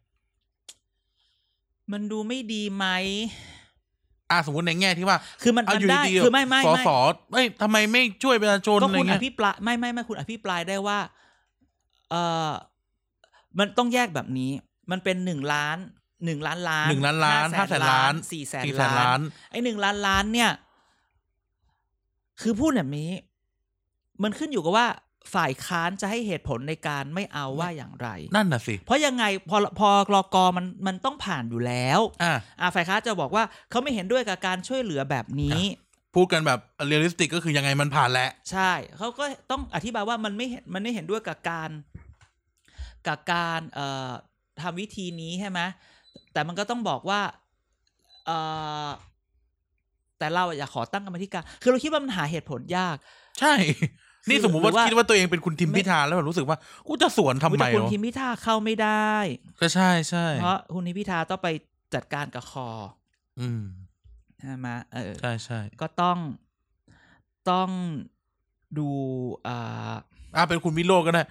มันดูไม่ดีไหมอ่าสมมติในแง่ที่ว่าคือมันเอามันอยู่ได้ดีคือไม่ไม่สอไม่สอเอ้ยทำไมไม่ช่วยประชาชนก็อะไรคุณอเงี้ยภิปรายไม่ไม่ไม่คุณอภิปรายได้ว่าเออมันต้องแยกแบบนี้ มันเป็นหนึ่งล้านหนึ่งล้านล้านหนึ่งล้านล้านห้าแสนล้านสี่แสนสี่แสนล้าล้าน นไอ้หนึ่งล้านล้านเนี่ย คือพูดแบบนี้ มันขึ้นอยู่กับว่าฝ่ายค้านจะให้เหตุผลในการไม่เอาว่าอย่างไรนั่นน่ะสิเพราะยังไงพอพอรกมันมันต้องผ่านอยู่แล้วอ่าอ่าฝ่ายค้านจะบอกว่าเขาไม่เห็นด้วยกับการช่วยเหลือแบบนี้พูดกันแบบเรียลลิสติกก็คือยังไงมันผ่านแหละใช่เขาก็ต้องอธิบายว่ามันไม่เห็นมันไม่เห็นด้วยกับการกับการเอ่อทำวิธีนี้ใช่ไหมแต่มันก็ต้องบอกว่าเอ่อแต่เราอยากขอตั้งกรรมธิการคือเราคิดว่ามันหาเหตุผลยากใช่ นี่สมมุติว่าหรือว่าคิดว่าตัวเองเป็นคุณทิมพิธาแล้วแบบรู้สึกว่ากูจะสวนทำไมแต่คุณวะทิมพิธาเข้าไม่ได้ก็ใช่ใช่เพราะคุณทิมพิธาต้องไปจัดการกับคออืมใช่ไหมเออใช่ใช่ก็ต้องต้องดูอ่าอ่าเป็นคุณวิโรจน์ก็ได้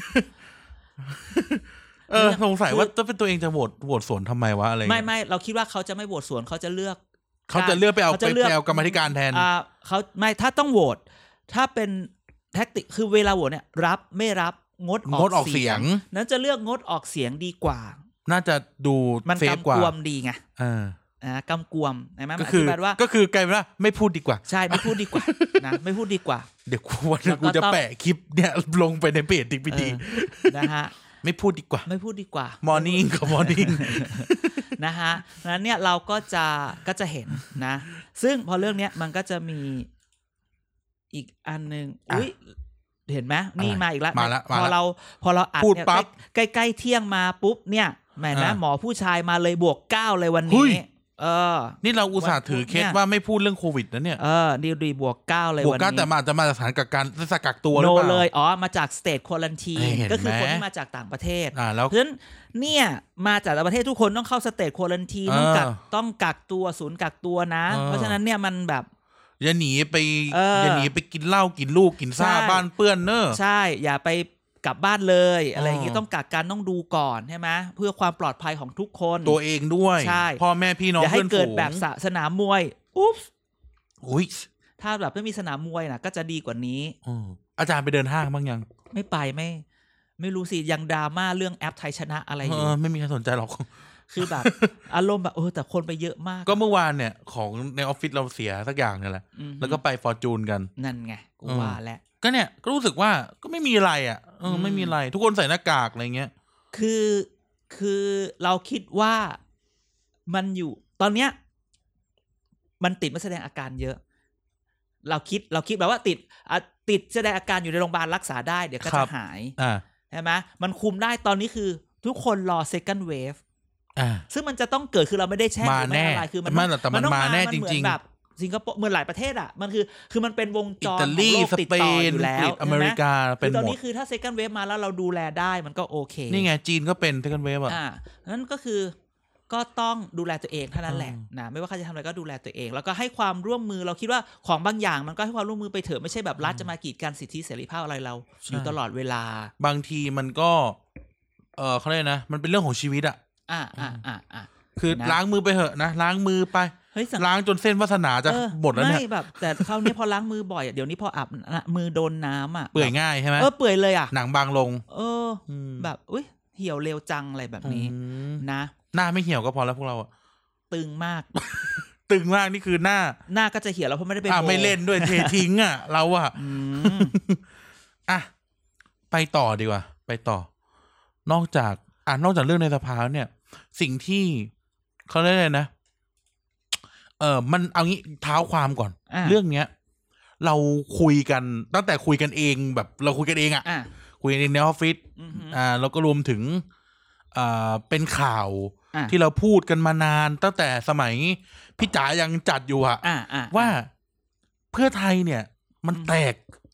เออสงสัยว่าถ้าเป็นตัวเองจะโหวตโหวตสวนทำไมวะอะไรไม่ไม่เราคิดว่าเขาจะไม่โหวตสวนเขาจะเลือกเขาจะเลือกไปเอาเขาไปจะเลือกเอากรรมธิการแทนอ่าเขาไม่ถ้าต้องโหวตถ้าเป็นแท็กติกคือเวลาโหวตเนี่ยรับไม่รับงดงดออกเสียงนั้นจะเลือกงดออกเสียงดีกว่าน่าจะดูมันเซฟกกำว่ากวมดีไงเอออ่ากำกวมใช่ไหมก็มันอคือธิบายว่าก็คือกลายเป็นว่าไม่พูดดีกว่าใช่ไม่พูดดีกว่า นะไม่พูดดีกว่าเดี๋ยวกูวันแล้วก็กูจะต้องแปะคลิปเนี่ยลงไปในเพจติ๊กพีดีเออนะฮะไม่พูดดีกว่าไม่พูดดีกว่ามอร์นิ่งกับมอร์นิ่งนะฮะนั้นเนี่ยเราก็จะก็จะเห็นนะ ซึ่งพอเรื่องเนี้ยมันก็จะมีอีกอันนึงอ่ะอุ้ยเห็นไหมนี่มาอีกแล้วมาละมาละพอเราพอเราอัดพูดเนี่ยปั๊บใกล้ใกล้ๆเที่ยงมาปุ๊บเนี่ยแหมนะอ่ะหมอผู้ชายมาเลยบวกเก้าเลยวันเฮ้นี้ยเออนี่เราอุตส่าห์ถือเคสว่าไม่พูดเรื่องโควิดนะเนี่ยเออดีดีบวกเก้าเลยบวกวันกันนี้แต่มาอาจจะมาจากสถานกักกันสกักตัวหรืโนอเปล่าเลยอ๋อมาจากสเตทควอลันทีเอ้ยเห็นก็คือไหมคนที่มาจากต่างประเทศอ่าแล้วเพราะฉะนั้นเนี่ยมาจากต่างประเทศทุกคนต้องเข้าสเตทควอลันทีเออต้องกักต้องกักตัวศูนย์กักตัวนะเออเพราะฉะนั้นเนี่ยมันแบบอย่าหนีไปเออออย่าหนีไปกินเหล้ากินลูกกินซ่าใช่บ้านเปื้อนเนอะใช่อย่าไปกลับบ้านเลยอะไรอย่างงี้อ๋อต้องกักกันต้องดูก่อนใช่ไหมเพื่อความปลอดภัยของทุกคนตัวเองด้วยใช่พ่อแม่พี่น้องอย่าให้เพื่อนเกิดฝูงแบบสะสนามมวยอุ๊บอุ้ยถ้าแบบไม่มีสนามมวยนะก็จะดีกว่านี้อืมอาจารย์ไปเดินห้างบ้างยังไม่ไปไม่ ไม่รู้สิยังดราม่าเรื่องแอปไทยชนะอะไรอเอยู่ อไม่มีใครสนใจหรอกคือแบบ อารมณ์แบบเออแต่คนไปเยอะมากก็เมื่อวานเนี่ยของในออฟฟิศเราเสียสักอย่างเนี่ยแหละอือฮึแล้วก็ไปฟอร์จูนกันนั่นไงกูเออว่าแล้วก็เนี่ยก็รู้สึกว่าก็ไม่มีอะไรอ่ะเอออืมไม่มีอะไร ทุกคนใส่หน้ากากอะไรเงี้ยคือคือเราคิดว่ามันอยู่ตอนเนี้ยมันติดมาแสดงอาการเยอะ เราคิดเราคิดแบบว่าติดอ่ะติดแสดงอาการอยู่ในโรงพยาบาลรักษาได้เดี๋ยวก็ครัจะบหายอ่าใช่ไหมมันคุมได้ตอนนี้คือทุกคนรอ second wave อ่าซึ่งมันจะต้องเกิดคือเราไม่ได้แช่มาหรือไม่แน่อะไรคือมันไม่หรอกแต่มันต้องมาแน่เหมือจริงๆแบบสิงคโปร์เหมือนหลายประเทศอ่ะมันคือคือมันเป็นวงจอิรตาลีของโลกสติดเปต่อน อยู่แล้อังกฤวษอเมริกาใช่ไหมเป็นคือตอนหมดนี้คือถ้า second wave มาแล้วเราดูแลได้มันก็โอเคนี่ไงจีนก็เป็นเทคเวฟอ่ะอ่านั่นก็คือก็ต้องดูแลตัวเองเท่านั้นแหละอืมนะไม่ว่าใครจะทำอะไรก็ดูแลตัวเอง แล้วก็ให้ความร่วมมือเราคิดว่าของบางอย่างมันก็ให้ความร่วมมือไปเถอะไม่ใช่แบบรัฐจะมากีดกันสิทธิเสรีภาพอะไรเราอยู่ตลอดเวลาบางทีมันก็ เออเขาเรียกนะ มันเป็นเรื่องของชีวิตอ่ะอ่าอ่าอ่าอ่าคือนะล้างมือไปเหอะนะล้างมือไปเฮ้ยสังล้างจนเส้นวาสนาจะเออหมดแล้วเนี่ยไม่แบบแต่คราวนี้พอล้างมือบ่อยอะเดี๋ยวนี้พออาบน้ำมือโดนน้ำอ่ะเปื่อยง่ายใช่ไหมเออเปื่อยเลยอ่ะหนังบางลงเออมแบบอุ้ยเหี่ยวเร็วจังอะไรแบบนี้อืมนะหน้าไม่เหี่ยวก็พอแล้วพวกเราอะตึงมากตึงมากนี่คือหน้าหน้าก็จะเหี่ยวแล้วเพราะไม่ได้ไปอ่าโบไม่เล่นด้วยเททิ้งอ่ะ เราอ่ะอืมอ่ะไปต่อดีกว่า ไปต่อ นอกจากอ่ะนอกจากเรื่องในสภาเนี่ย สิ่งที่เขาเรียกอะไรนะ เออมันเอางี้เท้าความก่อนอ่ะเรื่องเนี้ย เราคุยกันตั้งแต่คุยกันเองแบบเราคุยกันเองอ่ะอ่ะคุยกันเองในออฟฟิศอือหืออ่าแล้วก็รวมถึงอ่าเป็นข่าวอ่ะที่เราพูดกันมานาน ตั้งแต่สมัยพี่จ๋ายังจัดอยู่อะอ่ะอ่ะว่าเพื่อไทยเนี่ย มันแตก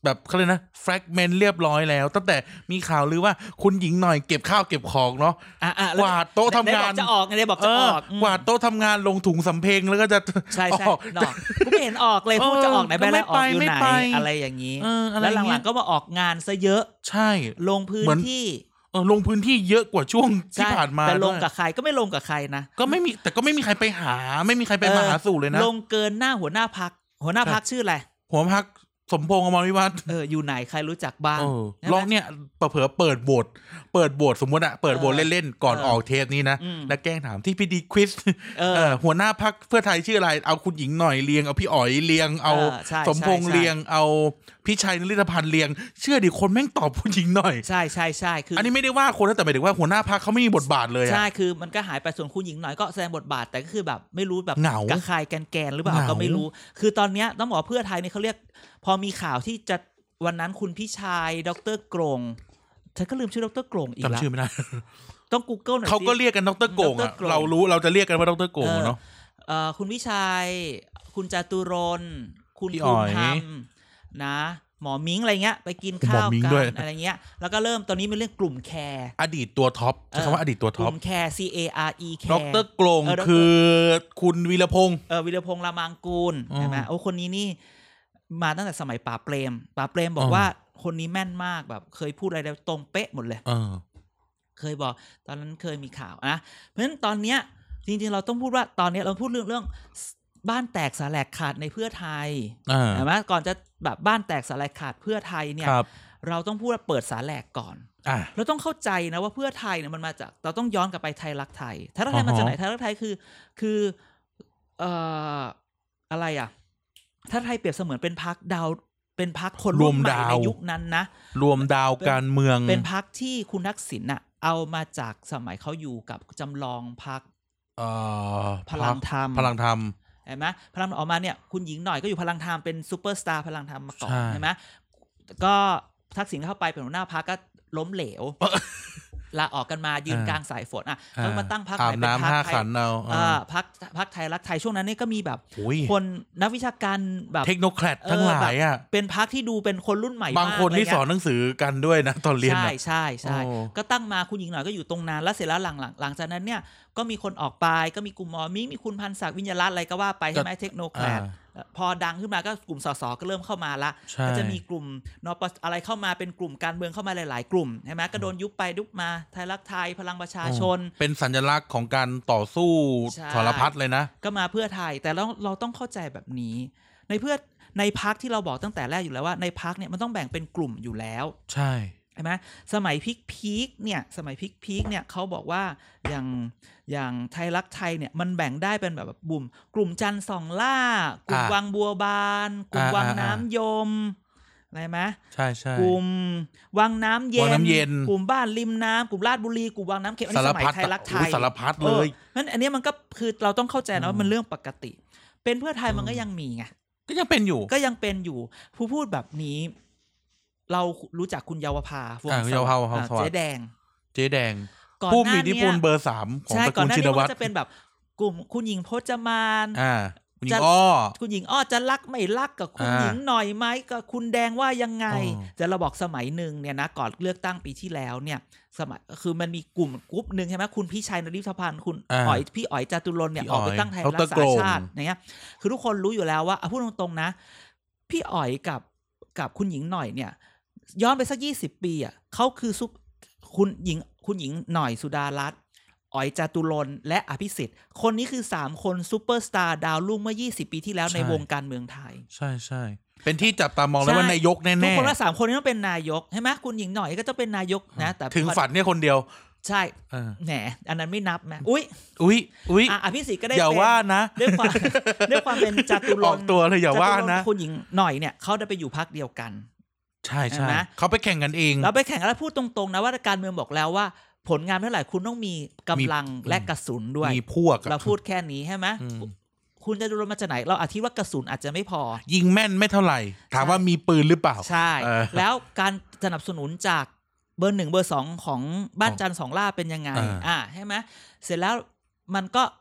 แบบเขาเลยนะแฟกเมนต์เรียบร้อยแล้วตั้งแต่มีข่าวลือว่าคุณหญิงหน่อยเก็บข้าวเก็บของเนาะกวาดโต๊ะทำงานจะออกไงได้บอกจะออกกวาดโต๊ะทำงานลงถุงสำเพ็งแล้วก็จะใช่ใช่ดอกกูไม่เห็นออกเลยพูดจะออกไหนไปแล้วออกอยู่ไหนอะไรอย่างนี้แล้วหลังๆก็มาออกงานซะเยอะใช่ลงพื้นที่เออลงพื้นที่เยอะกว่าช่วงที่ผ่านมาแต่ลงกับใครก็ไม่ลงกับใครนะก็ไม่มีแต่ก็ไม่มีใครไปหาไม่มีใครไปมาหาสู่เลยนะลงเกินหน้าหัวหน้าพรรคหัวหน้าพรรคชื่ออะไรหัวพรรคสมพงษ์อมรวิวัฒน์เอออยู่ไหนใครรู้จักบ้างลองเนี่ยเผลอเปิดโบสเปิดโบสสมมติอะเปิดโบสเล่นๆก่อนออกเทปนี้นะแล้วแกล้งถามที่พี่ดีควิสหัวหน้าพรรคเพื่อไทยชื่ออะไรเอาคุณหญิงหน่อยเรียงเอาพี่อ๋อยเรียงเอาสมพงษ์เรียงเอาพี่ชัยนฤทธพันธ์เรียงเชื่อดิคนแม่งตอบคุณหญิงหน่อยใช่ใช่ใช่คืออันนี้ไม่ได้ว่าคนนะแต่หมายถึงว่าหัวหน้าพรรคเขาไม่มีบทบาทเลยใช่คือมันก็หายไปส่วนคุณหญิงหน่อยก็แสดงบทบาทแต่ก็คือแบบไม่รู้แบบเหงากับใครแกนๆหรือเปล่าก็ไม่รู้คือตอนเนี้ยต้องบอกเพื่อไทยเนี่ยเขาเรียกพอมีข่าวที่จะวันนั้นคุณพี่ชายดร.กรงฉันก็ลืมชื่อดร.กรงอีกแล้วจำชื่อไม่ได้ต้อง Google หน่อยสิเขาก็เรียกกันดร.กรงอ่ะเรารู้เราจะเรียกกันว่าดร.กรงเนาะเอ่อคุณพี่ชายคุณจตุรนต์คุณภูมิธรรมนะหมอมิ้งอะไรเงี้ยไปกินข้าวกันอะไรเงี้ยแล้วก็เริ่มตอนนี้เป็นเรื่องกลุ่มแคร์อดีตตัวท็อปใช้คำว่าอดีตตัวท็อปกลุ่มแคร์ C A R E แคร์ดร.กรงคือคุณวีรพงษ์เออวีรพงษ์ละมังกูลใช่ไหมโอ้คนนี้นี่มาตั้งแต่สมัยป่าเปรมป่าเปรมบอกว่าคนนี้แม่นมากแบบเคยพูดอะไรได้ตรงเป๊ะหมดเลยเออเคยบอกตอนนั้นเคยมีข่าวนะเพราะฉะนั้นตอนเนี้ยจริงๆเราต้องพูดว่าตอนนี้เราพูดเรื่องเรื่องบ้านแตกสาแหลกขาดในเพื่อไทยใช่ไหมก่อนจะแบบบ้านแตกสาแหลกขาดเพื่อไทยเนี่ยเราต้องพูดว่าเปิดสาแหลกก่อนเราต้องเข้าใจนะว่าเพื่อไทยเนี่ยมันมาจากเราต้องย้อนกลับไปไทยรักไทยไทยรักไทยมาจากไหนไทยรักไทยคือคือเอ่ออะไรอ่ะถ้าไทยเปรียบเสมือนเป็นพรรคดาวเป็นพรรคคนรุ่นใหม่ในยุคนั้นนะรวมดาวการเมืองเป็นพรรคที่คุณทักษิณน่ะเอามาจากสมัยเขาอยู่กับจำลองพรรคพลังธรรมพลังธรรมเห็นไหมพลังออกมาเนี่ยคุณหญิงหน่อยก็อยู่พลังธรรมเป็นซูเปอร์สตาร์พลังธรรมมาก่อนใช่ไหมก็ทักษิณเข้าไปเป็นหัวหน้าพรรคก็ล้มเหลวลาออกกันมายืนกลางสายฝนอ่ะต้องมาตั้งพรรคใหม่เป็นพรรคไทยอ่าพรรคพรรคไทยรักไทยช่วงนั้นนี่ก็มีแบบคนนักวิชาการแบบเทคโนแครดทั้งหลายอ่ะเป็นพรรคที่ดูเป็นคนรุ่นใหม่บางคนที่สอนหนังสือกันด้วยนะตอนเรียนใช่ใช่ใช่ก็ตั้งมาคุณหญิงหน่อยก็อยู่ตรงนั้นแล้วเสร็จแล้วหลังหลังหลังจากนั้นเนี่ยก็มีคนออกไปก็มีกลุ่มหมอมิ้งมีคุณพันศักดิ์วิญญาลัตน์อะไรก็ว่าไปใช่ไหมเทคโนแครดพอดังขึ้นมาก็กลุ่มสสก็เริ่มเข้ามาละก็จะมีกลุ่มนปอะไรเข้ามาเป็นกลุ่มการเมืองเข้ามาหลายๆกลุ่มใช่ไหมก็โดนยุบไปยุบมาไทยรักไทยพลังประชาชนเป็นสัญลักษณ์ของการต่อสู้สารพัดเลยนะก็มาเพื่อไทยแต่เราเราต้องเข้าใจแบบนี้ในเพื่อในพรรคที่เราบอกตั้งแต่แรกอยู่แล้วว่าในพรรคเนี่ยมันต้องแบ่งเป็นกลุ่มอยู่แล้วใช่ใช่ไหมสมัยพีคพีคเนี่ยสมัยพีคพีคเนี่ยเขาบอกว่าอย่างอย่างไทยรักไทยเนี่ยมันแบ่งได้เป็นแบบบุ่มกลุ่มจันทร์สองล่ากลุ่มวังบัวบานกลุ่มวังน้ำยมอะไรไหมใช่ใช่กลุ่มวังน้ำเย็นกลุ่มบ้านริมน้ำกลุ่มลาดบุรีกลุ่มวังน้ำเค็มอันนี้สมัยไทยรักไทยสารพัดเลยนั้นอันนี้มันก็คือเราต้องเข้าใจนะว่ามันเรื่องปกติเป็นเพื่อไทยมันก็ยังมีไงก็ยังเป็นอยู่ก็ยังเป็นอยู่ผู้พูดแบบนี้เรารู้จักคุณเยาวภาวงศ์เยาวภาวงศ์เจ๊แดงเจ๊แดงผู้มีอิทธิพลเบอร์สามของตระกูลชินวัตรจะเป็นแบบกลุ่มคุณหญิงพจมานอ่าคุณหญิงอ้อคุณหญิงอ้อจะรักไม่รักกับคุณหญิงหน่อยไหมกับคุณแดงว่ายังไงจะเราบอกสมัยหนึ่งเนี่ยนะก่อนเลือกตั้งปีที่แล้วเนี่ยสมัยคือมันมีกลุ่มกลุ่มหนึ่งใช่ไหมคุณพี่ชัยนฤทธพันธ์คุณอ๋อยพี่อ๋อยจตุรนต์เนี่ยออกไปตั้งไทยรักษาชาติอย่างเงี้ยคือทุกคนรู้อยู่แล้วว่าพูดตรงๆนะพี่อ๋อยกับกับคุณหญิงหน่อยเนี่ยย้อนไปสักยี่สิบปีอ่ะเขาคือซุปคุณหญิงคุณหญิงหน่อยสุดารัตน์อ๋อยจตุรนต์และอภิสิทธิ์คนนี้คือสามคนซุปเปอร์สตาร์ดาวรุ่งเมื่อยี่สิบปีที่แล้วในวงการเมืองไทยใช่ๆเป็นที่จับตามองแล้วว่านายกแน่ๆทุกคนละสามคนนี้ต้องเป็นนายกใช่ไหมคุณหญิงหน่อยก็ต้องเป็นนายกนะแต่ถึงฝันเนี่ยคนเดียวใช่แหนอันนั้นไม่นับนะอุ้ยอุ้ยอุ้ยอภิสิทธิ์ก็ได้อย่าว่านะด้วยความด้วยความเป็นจตุรนต์ออกตัวเลยอย่าว่านะคุณหญิงหน่อยเนี่ยเขาได้ไปอยู่พรรคเดียวกันใช่ใช่เขาไปแข่งกันเองเราไปแข่งแล้วพูดตรงๆนะว่าการเมืองบอกแล้วว่าผลงานเท่าไหร่คุณต้องมีกำลังและกระสุนด้วยมีพวกเราพูดแค่นี้ใช่ไหมคุณจะดูมาจากไหนเราอาจคิดว่ากระสุนอาจจะไม่พอยิงแม่นไม่เท่าไหร่ถามว่ามีปืนหรือเปล่าใช่แล้วการสนับสนุนจากเบอร์หนึ่งเบอร์สองของบ้านจันทร์สองล่าเป็นยังไงอ่าใช่ไหมเสร็จแล้วมันก็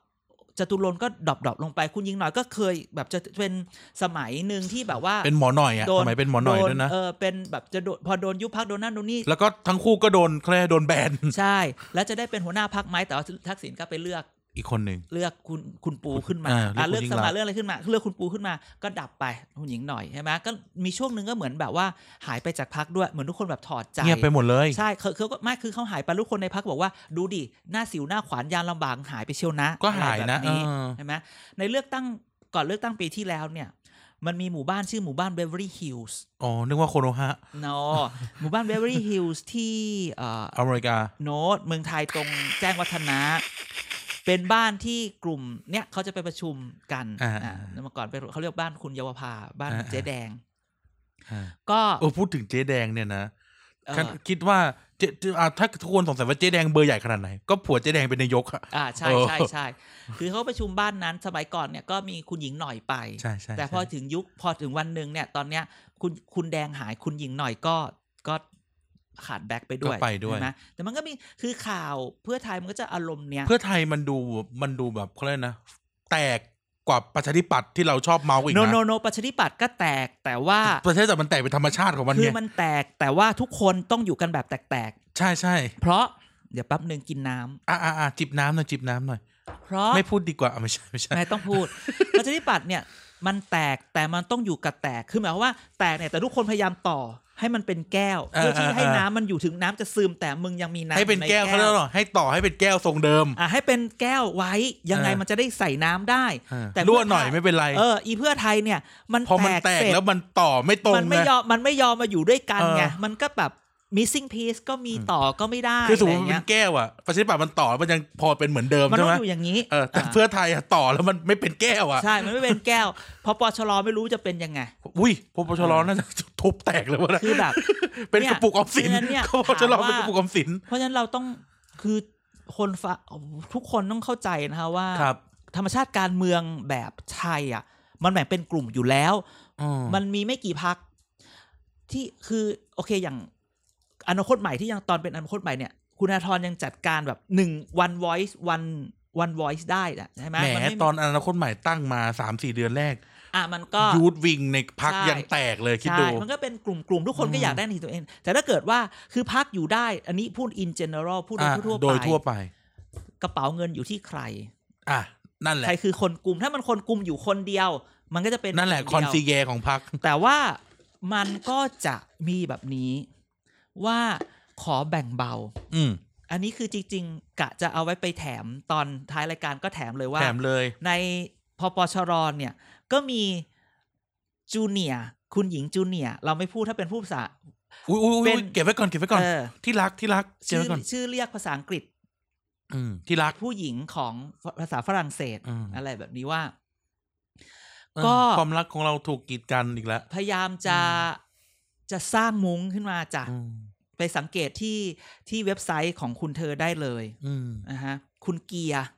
จตุรนต์ก็ดรอปๆลงไปคุณหญิงหน่อยก็เคยแบบจะเป็นสมัยนึงที่แบบว่าเป็นหมอหน่อยอ่ะสมัยเป็นหมอหน่อยด้วยนะเออเป็นแบบจะพอโดนยุบพรรคโดนนั่นโดนนี่แล้วก็ทั้งคู่ก็โดนแคลโดนแบนใช่แล้วจะได้เป็นหัวหน้าพรรคมั้ยแต่ว่าทักษิณก็ไปเลือกอีกคนนึงเลือกคุณคุณปูขึ้นมาอ่าเลือกสมาเลือกอะไรขึ้นมาเลือกคุณปูขึ้นมาก็ดับไปคุณหญิงหน่อยใช่ไหมก็มีช่วงนึงก็เหมือนแบบว่าหายไปจากพรรคด้วยเหมือนทุกคนแบบถอดใจเงียบไปหมดเลยใช่เขาเขาก็ไม่คือเขาหายไปทุกคนในพรรคบอกว่าดูดิหน้าสิวหน้าขวานยานลำบากหายไปเชียวนะก็หายนะใช่ไหมในเลือกตั้งก่อนเลือกตั้งปีที่แล้วเนี่ยมันมีหมู่บ้านชื่อหมู่บ้าน Beverly Hills อ๋อนึกว่าโคโนฮะ no หมู่บ้าน Beverly Hills ที่เอ่ออเมริกาโนตเมืองไทยตรงแจ้งวัฒนะเป็นบ้านที่กลุ่มเนี้ยเขาจะไปประชุมกันอ่าเมื่อก่อนเป็นเขาเรียกบ้านคุณเยาวภาบ้านเจ๊แดงก็เออพูดถึงเจ๊แดงเนี่ยนะคิดว่าเจ๊ถ้าทุกคนสงสัยว่าเจ๊แดงเบอร์ใหญ่ขนาดไหนก็ผัวเจ๊แดงเป็นนายกอ่ะอ่าใช่ใช่ใช่คือเขาประชุมบ้านนั้นสมัยก่อนเนี่ยก็มีคุณหญิงหน่อยไปแต่พอถึงยุคพอถึงวันนึงเนี่ยตอนเนี้ยคุณคุณแดงหายคุณหญิงหน่อยก็ก็ขาดแบ็คไปด้วยใช่ไหมแต่มันก็มีคือข่าวเพื่อไทยมันก็จะอารมณ์เนี้ยเพื่อไทยมันดูมันดูแบบเขาเรียกนะแตกกว่าประชาธิปัตย์ที่เราชอบเมาส์อีกนะโนโนโนประชาธิปัตย์ก็แตกแต่ว่าประชาธิปัตย์มันแตกเป็นธรรมชาติของมันคือมันแตกแต่ว่าทุกคนต้องอยู่กันแบบแตกๆใช่ใช่เพราะเดี๋ยวแป๊บนึงกินน้ำอ่าอ่าจิบน้ำหน่อยจิบน้ำหน่อยเพราะไม่พูดดีกว่าไม่ใช่ไม่ใช่ไม่ต้องพูดประชาธิปัตย์เนี่ยมันแตกแต่มันต้องอยู่กับแตกคือหมายความว่าแตกเนี่ยแต่ทุกคนพยายามต่อให้มันเป็นแก้วเพื่อที่ให้น้ำมันอยู่ถึงน้ำจะซึมแต่มึงยังมีน้ำให้เป็นแก้วเขาเรียกว่าให้ต่อให้เป็นแก้วทรงเดิมอ่ะให้เป็นแก้วไว้ยังไงมันจะได้ใส่น้ำได้แต่รั่วหน่อยไม่เป็นไรเอออีเพื่อไทยเนี่ยมันพอมันแตกแล้วมันต่อไม่ตรงมันไม่ยอมมันไม่ยอมมาอยู่ด้วยกันไงมันก็แบบmissing piece ก็มีต่อก็ไม่ได้คือสมมติมันเป็นแก้วอ่ะประชาธิปัตย์มันต่อมันยังพอเป็นเหมือนเดิมใช่ไหมมันต้องอยู่อย่างนี้เออแต่เพื่อไทยต่อแล้วมันไม่เป็นแก้วอ่ะใช่มันไม่เป็นแก้วพอปชรไม่รู้จะเป็นยังไงอุ้ยพอปชรน่าจะทุบแตกเลยว่าคือแบบเป็นกระปุกออมสินเขาปชรเป็นกระปุกออมสินเพราะฉะนั้นเราต้องคือคนทุกคนต้องเข้าใจนะคะว่าธรรมชาติการเมืองแบบไทยอ่ะมันแบ่งเป็นกลุ่มอยู่แล้วมันมีไม่กี่พรรคที่คือโอเคอย่างอนาคตใหม่ที่ยังตอนเป็นอนาคตใหม่เนี่ยคุณธนาธรยังจัดการแบบหนึ่ง one voice one one voice ได้ใช่ไหมแหมตอนอนาคตใหม่ตั้งมา สามสี่ เดือนแรกอ่ะมันก็ยูทวิงในพรรคยังแตกเลยคิดดูมันก็เป็นกลุ่มๆทุกคนก็อยากได้ในตัวเองแต่ถ้าเกิดว่าคือพรรคอยู่ได้อันนี้พูด in general พูดโดยทั่วไปโดยทั่วไปกระเป๋าเงินอยู่ที่ใครอ่ะนั่นแหละใครคือคนกลุ่มถ้ามันคนกลุ่มอยู่คนเดียวมันก็จะเป็นนั่นแหละคอนซิเกของพรรคแต่ว่ามันก็จะมีแบบนี้ว่าขอแบ่งเบาอืมอันนี้คือจริงๆกะจะเอาไว้ไปแถมตอนท้ายรายการก็แถมเลยว่าแถมเลยในพปชรเนี่ยก็มีจูเนียร์คุณหญิงจูเนียร์เราไม่พูดถ้าเป็นผู้ภาษาอุ้ยๆๆเก็บไว้ก่อนเก็บไว้ก่อนที่รักที่รักชื่อชื่อเรียกภาษาอังกฤษอืมที่รักผู้หญิงของภาษาฝรั่งเศสอะไรแบบนี้ว่าก็ความรักของเราถูกกีดกันอีกแล้วพยายามจะจะสร้างมุ้งขึ้นมาจ้ะไปสังเกตที่ที่เว็บไซต์ของคุณเธอได้เลยนะฮะคุณเกียร์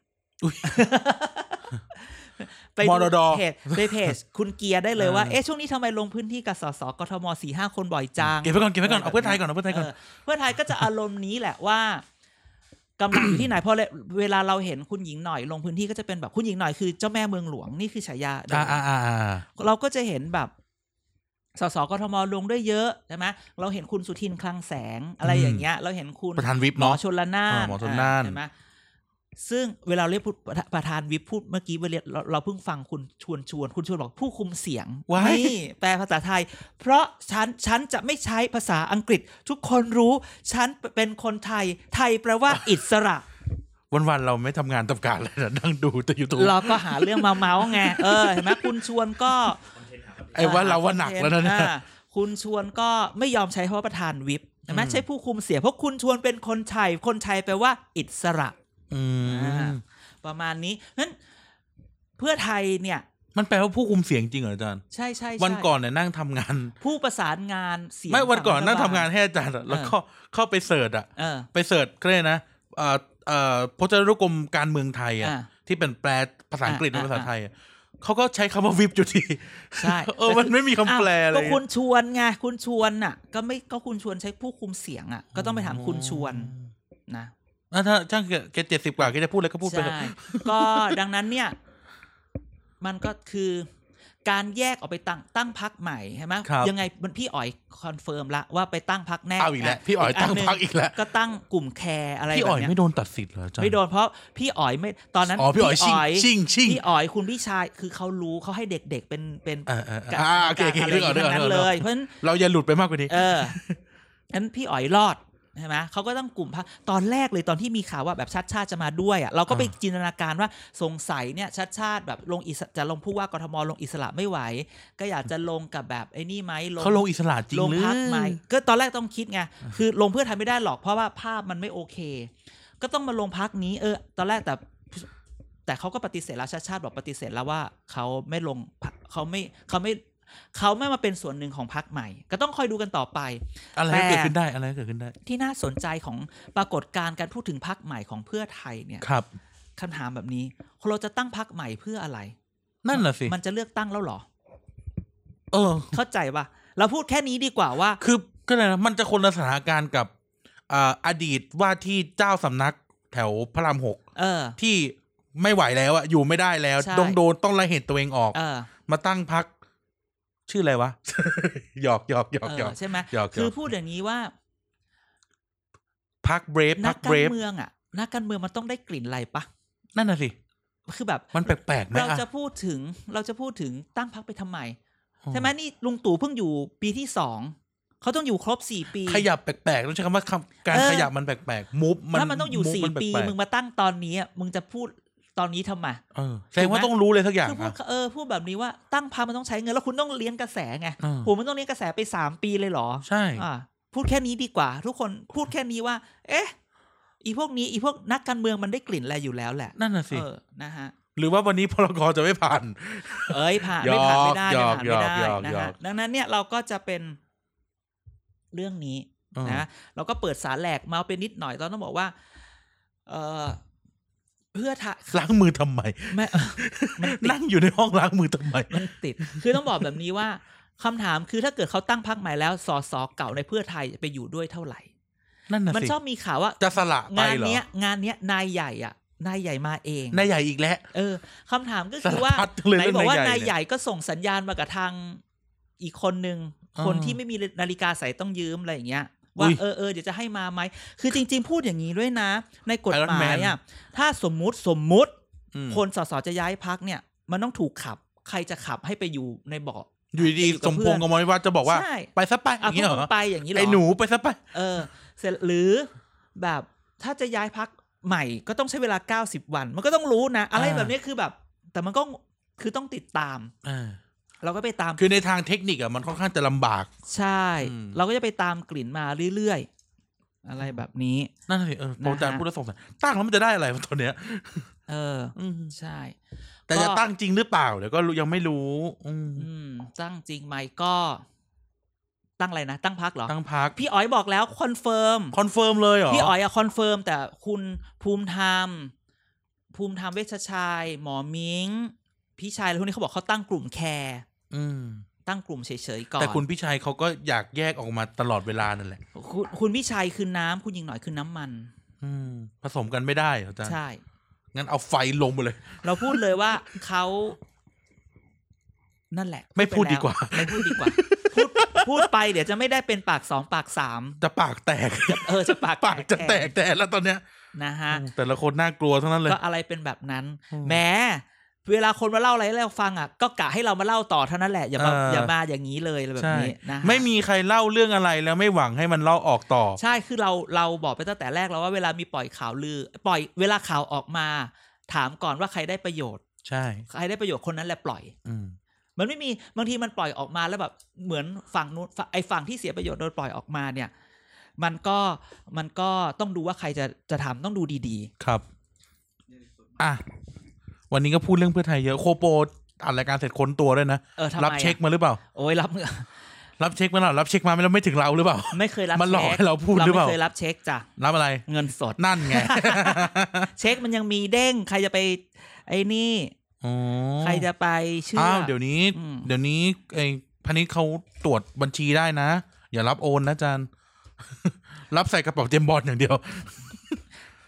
ไปดูเพจไปเพจคุณเกียร์ได้เลยว่าเอ๊ะช่วงนี้ทำไมลงพื้นที่กับสสกทม สี่ห้า คนบ่อยจังเก็บไว้ก่อนเก็บไว้ก่อนเอาเพื่อไทยก่อนเอาเพื่อไทยก่อนเพื่อไทยก็จะอารมณ์นี้แหละว่ากำลังอยู่ที่ไหนพอเวลาเราเห็นคุณหญิงหน่อยลงพื้นที่ก็จะเป็นแบบคุณหญิงหน่อยคือเจ้าแม่เมืองหลวงนี่คือฉายาเราก็จะเห็นแบบสสกทมลงด้วยเยอะใช่ไหมเราเห็นคุณสุทินคลังแสงอะไรอย่างเงี้ยเราเห็นคุณประธานวิปหมอชลน่านหมอชลน่านใช่ไหมซึ่งเวลาเรียกประธานวิปพูดเมื่อกี้เราเราเพิ่งฟังคุณชวนชวนคุณชวนบอกผู้คุมเสียงนี่แปลภาษาไทยเพราะฉันฉันจะไม่ใช้ภาษาอังกฤษทุกคนรู้ฉันเป็นคนไทยไทยแปลว่าอิสระวันๆเราไม่ทำงานทำการเลยนะนั่งดูแต่ YouTube เราก็หาเรื่องมาเมาส์ไงเออเห็นไหมคุณชวนก็ไอ้ว่าเราว่าหนักแล้วนะคุณชวนก็ไม่ยอมใช้คำว่าประธานวิปใช่ไหมใช้ผู้คุมเสียงเพราะคุณชวนเป็นคนไทยคนไทยแปลว่าอิสระประมาณนี้นั้นเพื่อไทยเนี่ยมันแปลว่าผู้คุมเสียงจริงเหรออาจารย์ใช่ใช่วันก่อนเนี่ยนั่งทำงานผู้ประสานงานเสียงไม่วันก่อนนั่งทำงานให้อาจารย์แล้วก็เข้าไปเสิร์ชอ่ะไปเสิร์ชก็เลยนะเอ่อเอ่อพจนานุกรมการเมืองไทยอ่ะที่เป็นแปลภาษาอังกฤษเป็นภาษาไทยเขาก็ใช้คำว่าวิปอยู่ดีใช่เออมันไม่มีคำแปลเลยก็คุณชวนไงคุณชวนน่ะก็ไม่ก็คุณชวนใช้ผู้คุมเสียงอ่ะก็ต้องไปถามคุณชวนนะถ้าช่างแกเจ็ดสิบกว่าแกจะพูดอะไรก็พูดไปใช่ก็ดังนั้นเนี่ยมันก็คือการแยกออกไปตั้งตั้งพรรคใหม่ใช่ไหมยังไงพี่อ๋อยคอนเฟิร์มละว่าไปตั้งพรรคแน่เอาอีกแล้วพี่อ๋อยตั้งพรรคอีกแล้วก็ตั้งกลุ่มแคร์อะไรแบบนี้พี่อ๋อยไม่โดนตัดสิทธิ์เหรอจ๊ะไม่โดนเพราะพี่อ๋อยไม่ตอนนั้นอ๋อพี่อ๋อยชิงชิงชิงพี่อ๋อยคุณพี่ชายคือเขารู้เขาให้เด็กๆเป็นเป็นอ่าโอเคโอเคเรื่องอะไรนั้นเลยเพราะฉะนั้นเราอย่าหลุดไปมากกว่านี้เอองั้นพี่อ๋อยรอดใช่ไหมเขาก็ต้องกลุ่มพรรคตอนแรกเลยตอนที่มีข่าวว่าแบบชัดชาติจะมาด้วยอ่ะเราก็ไปจินตนาการว่าสงสัยเนี่ยชัดชาติแบบลงอิสจะลงผู้ว่ากทมลงอิสระไม่ไหวก็อยากจะลงกับแบบไอ้นี่ไหมเขาลงอิสระจริงหรือลงพรรคไหมก็ตอนแรกต้องคิดไงคือลงเพื่อไทยไม่ได้หรอกเพราะว่าภาพมันไม่โอเคก็ต้องมาลงพรรคนี้เออตอนแรกแต่แต่เขาก็ปฏิเสธแล้วชัดชาติบอกปฏิเสธแล้วว่าเขาไม่ลงเขาไม่เขาไม่เขาไม่มาเป็นส่วนหนึ่งของพรรคใหม่ก็ต้องคอยดูกันต่อไปอะไรเกิดขึ้นได้อะไรเกิดขึ้นได้ที่น่าสนใจของปรากฏการณ์การพูดถึงพรรคใหม่ของเพื่อไทยเนี่ยครับคำถามแบบนี้เราจะตั้งพรรคใหม่เพื่ออะไรนั่นแหละสิมันจะเลือกตั้งแล้วหรอเออเข้าใจป่ะเราพูดแค่นี้ดีกว่าว่าคือก็เลยนะมันจะคนละสถานการณ์กับอ่าอดีตว่าที่เจ้าสำนักแถวพระรามหกที่ไม่ไหวแล้วอะอยู่ไม่ได้แล้วต้องโดนต้องละเหตุตัวเองออกมาตั้งพรรคชื่ออะไรวะ หยอกหยอกหยอกหยอกใช่ไหมคือพูดอย่างนี้ว่าพรรคเบรฟนักการเมืองอ่ะนักการเมืองมันต้องได้กลิ่นอะไรปะนั่นน่ะสิคือแบบมันแปลกๆไหมเราจะพูดถึงเราจะพูดถึงตั้งพรรคไปทำไมใช่ไหมนี่ลุงตู่เพิ่งอยู่ปีที่สองเขาต้องอยู่ครบสี่ปีขยับแปลกๆต้องใช้คำว่าการขยับมันแปลกๆมูฟมันถ้ามันต้องอยู่สี่ปีมึงมาตั้งตอนนี้มึงจะพูดตอนนี้ทำไมเออแสดงว่าต้องรู้เลยสักอย่างคือพูดเออพูดแบบนี้ว่าตั้งพรรคมันต้องใช้เงินแล้วคุณต้องเลี้ยงกระแสไงโหมันต้องเลี้ยงกระแสไปสามปีเลยเหรอใช่อ่าพูดแค่นี้ดีกว่าทุกคนพูดแค่นี้ว่าเอ๊ะอีพวกนี้อีพวกนักการเมืองมันได้กลิ่นอะไรอยู่แล้วแหละนั่นน่ะสิเออนะฮะหรือว่าวันนี้พรกจะไม่ผ่านเอ้ยผ่านไม่ผ่านไม่ได้ไม่ผ่านไม่ได้นะฮะดังนั้นเนี่ยเราก็จะเป็นเรื่องนี้นะเราก็เปิดสารแหลกมาเป็นนิดหน่อยตอนต้องบอกว่าเออเพื่อล้างมือทำไมไม่นั่งอยู่ในห้องล้างมือทำไมมันติดคือต้องบอกแบบนี้ว่าคำถามคือถ้าเกิดเขาตั้งพรรคใหม่แล้วสสเก่าในเพื่อไทยไปอยู่ด้วยเท่าไหร่นั่นน่ะสิมันชอบมีข่าวว่าจะสละไปเหรองานเนี้ยงานเนี้ยนายใหญ่อ่ะนายใหญ่มาเองนายใหญ่อีกแล้วเออคำถามก็คือว่าไหนบอกว่านายใหญ่ก็ส่งสัญญาณมากับทางอีกคนนึงคนที่ไม่มีนาฬิกาใส่ต้องยืมอะไรอย่างเงี้ยว่าเออเออเดี๋ยวจะให้มาไหมคือจริงๆพูดอย่างนี้ด้วยนะในกฎหมายอ่ะถ้าสมมุติสมมุติคนสสจะย้ายพรรคเนี่ยมันต้องถูกขับใครจะขับให้ไปอยู่ในเบาะอยู่ดีสมพงษ์กับมว่าจะบอกว่าไปซะไปอย่างนี้เหรอไปอย่างนี้เหรอไอ้หนูไปซะไปเออเสร็จหรือแบบถ้าจะย้ายพรรคใหม่ก็ต้องใช้เวลาเก้าสิบวันมันก็ต้องรู้นะอะไรแบบนี้คือแบบแต่มันก็คือต้องติดตามเราก็ไปตามคือในทางเทคนิคอะมันค่อนข้างจะลำบากใช่เราก็จะไปตามกลิ่นมาเรื่อยๆอะไรแบบนี้นั่นสิเอออาจารย์พูดแล้วสงสัยตั้งแล้วมันจะได้อะไรตอนเนี้ยเออใช่แต่จะตั้งจริงหรือเปล่าเดี๋ยวก็ยังไม่รู้อืมตั้งจริงไหมก็ตั้งอะไรนะตั้งพรรคเหรอตั้งพรรคพี่อ๋อยบอกแล้วคอนเฟิร์มคอนเฟิร์มเลยเหรอพี่อ๋อยอะคอนเฟิร์มแต่คุณภูมิธรรมภูมิธรรมเวชชัยหมอมิงพี่ชายอะไรพวกนี้เขาบอกเขาตั้งกลุ่มแคร์ตั้งกลุ่มเฉยๆก่อนแต่คุณพี่ชัยเขาก็อยากแยกออกมาตลอดเวลานั่นแหละคุณคุณพี่ชัยคือน้ำคุณยิงหน่อยคือน้ำมันผสมกันไม่ได้อาจารย์ใช่งั้นเอาไฟลงไปเลยเราพูดเลยว่าเขานั่นแหละไม่พูดดีกว่าไม่พูดดีกว่าพูดพูดไปเดี๋ยวจะไม่ได้เป็นปากสองปากสามจะปากแตกเออจะปากปากจะแตกแต่แล้วตอนเนี้ยนะฮะแต่ละคนน่ากลัวทั้งนั้นเลยก็อะไรเป็นแบบนั้นแม้เวลาคนมาเล่าอะไรให้เราฟังอ่ะก็กะให้เรามาเล่าต่อเท่านั้นแหละอย่ามาอย่ามาอย่างนี้เลยแบบนี้นะไม่มีใครเล่าเรื่องอะไรแล้วไม่หวังให้มันเล่าออกต่อใช่คือเราเราบอกไปตั้งแต่แรกแล้วว่าเวลามีปล่อยข่าวลือปล่อยเวลาข่าวออกมาถามก่อนว่าใครได้ประโยชน์ใช่ใครได้ประโยชน์คนนั้นแหละปล่อยมันไม่มีบางทีมันปล่อยออกมาแล้วแบบเหมือนฝั่งนู้นไอ้ฝั่งที่เสียประโยชน์โดนปล่อยออกมาเนี่ยมันก็มันก็ต้องดูว่าใครจะจะทำต้องดูดีๆครับอ่ะวันนี้ก็พูดเรื่องเพื่อไทยเยอะโคโปอ่านรายการเสร็จค้นตัวด้วยนะรับเช็คมาหรือเปล่าโอ้ยรับรับเช็คมาหรอรับเช็คมาไม่แล้วไม่ถึงเราหรือเปล่าไม่เคยรับมันหลอกให้เราพูดหรือเปล่าเราไม่เคยรับเช็คจ้ะรับอะไรเงินสดนั่นไงเช็คมันยังมีเด้งใครจะไปไอ้นี่ใครจะไปเชื่ออ้าวเดี๋ยวนี้เดี๋ยวนี้ไอ้พนิชเขาตรวจบัญชีได้นะอย่ารับโอนนะอาจารย์รับใส่กระเป๋าเจมบอลอย่างเดียว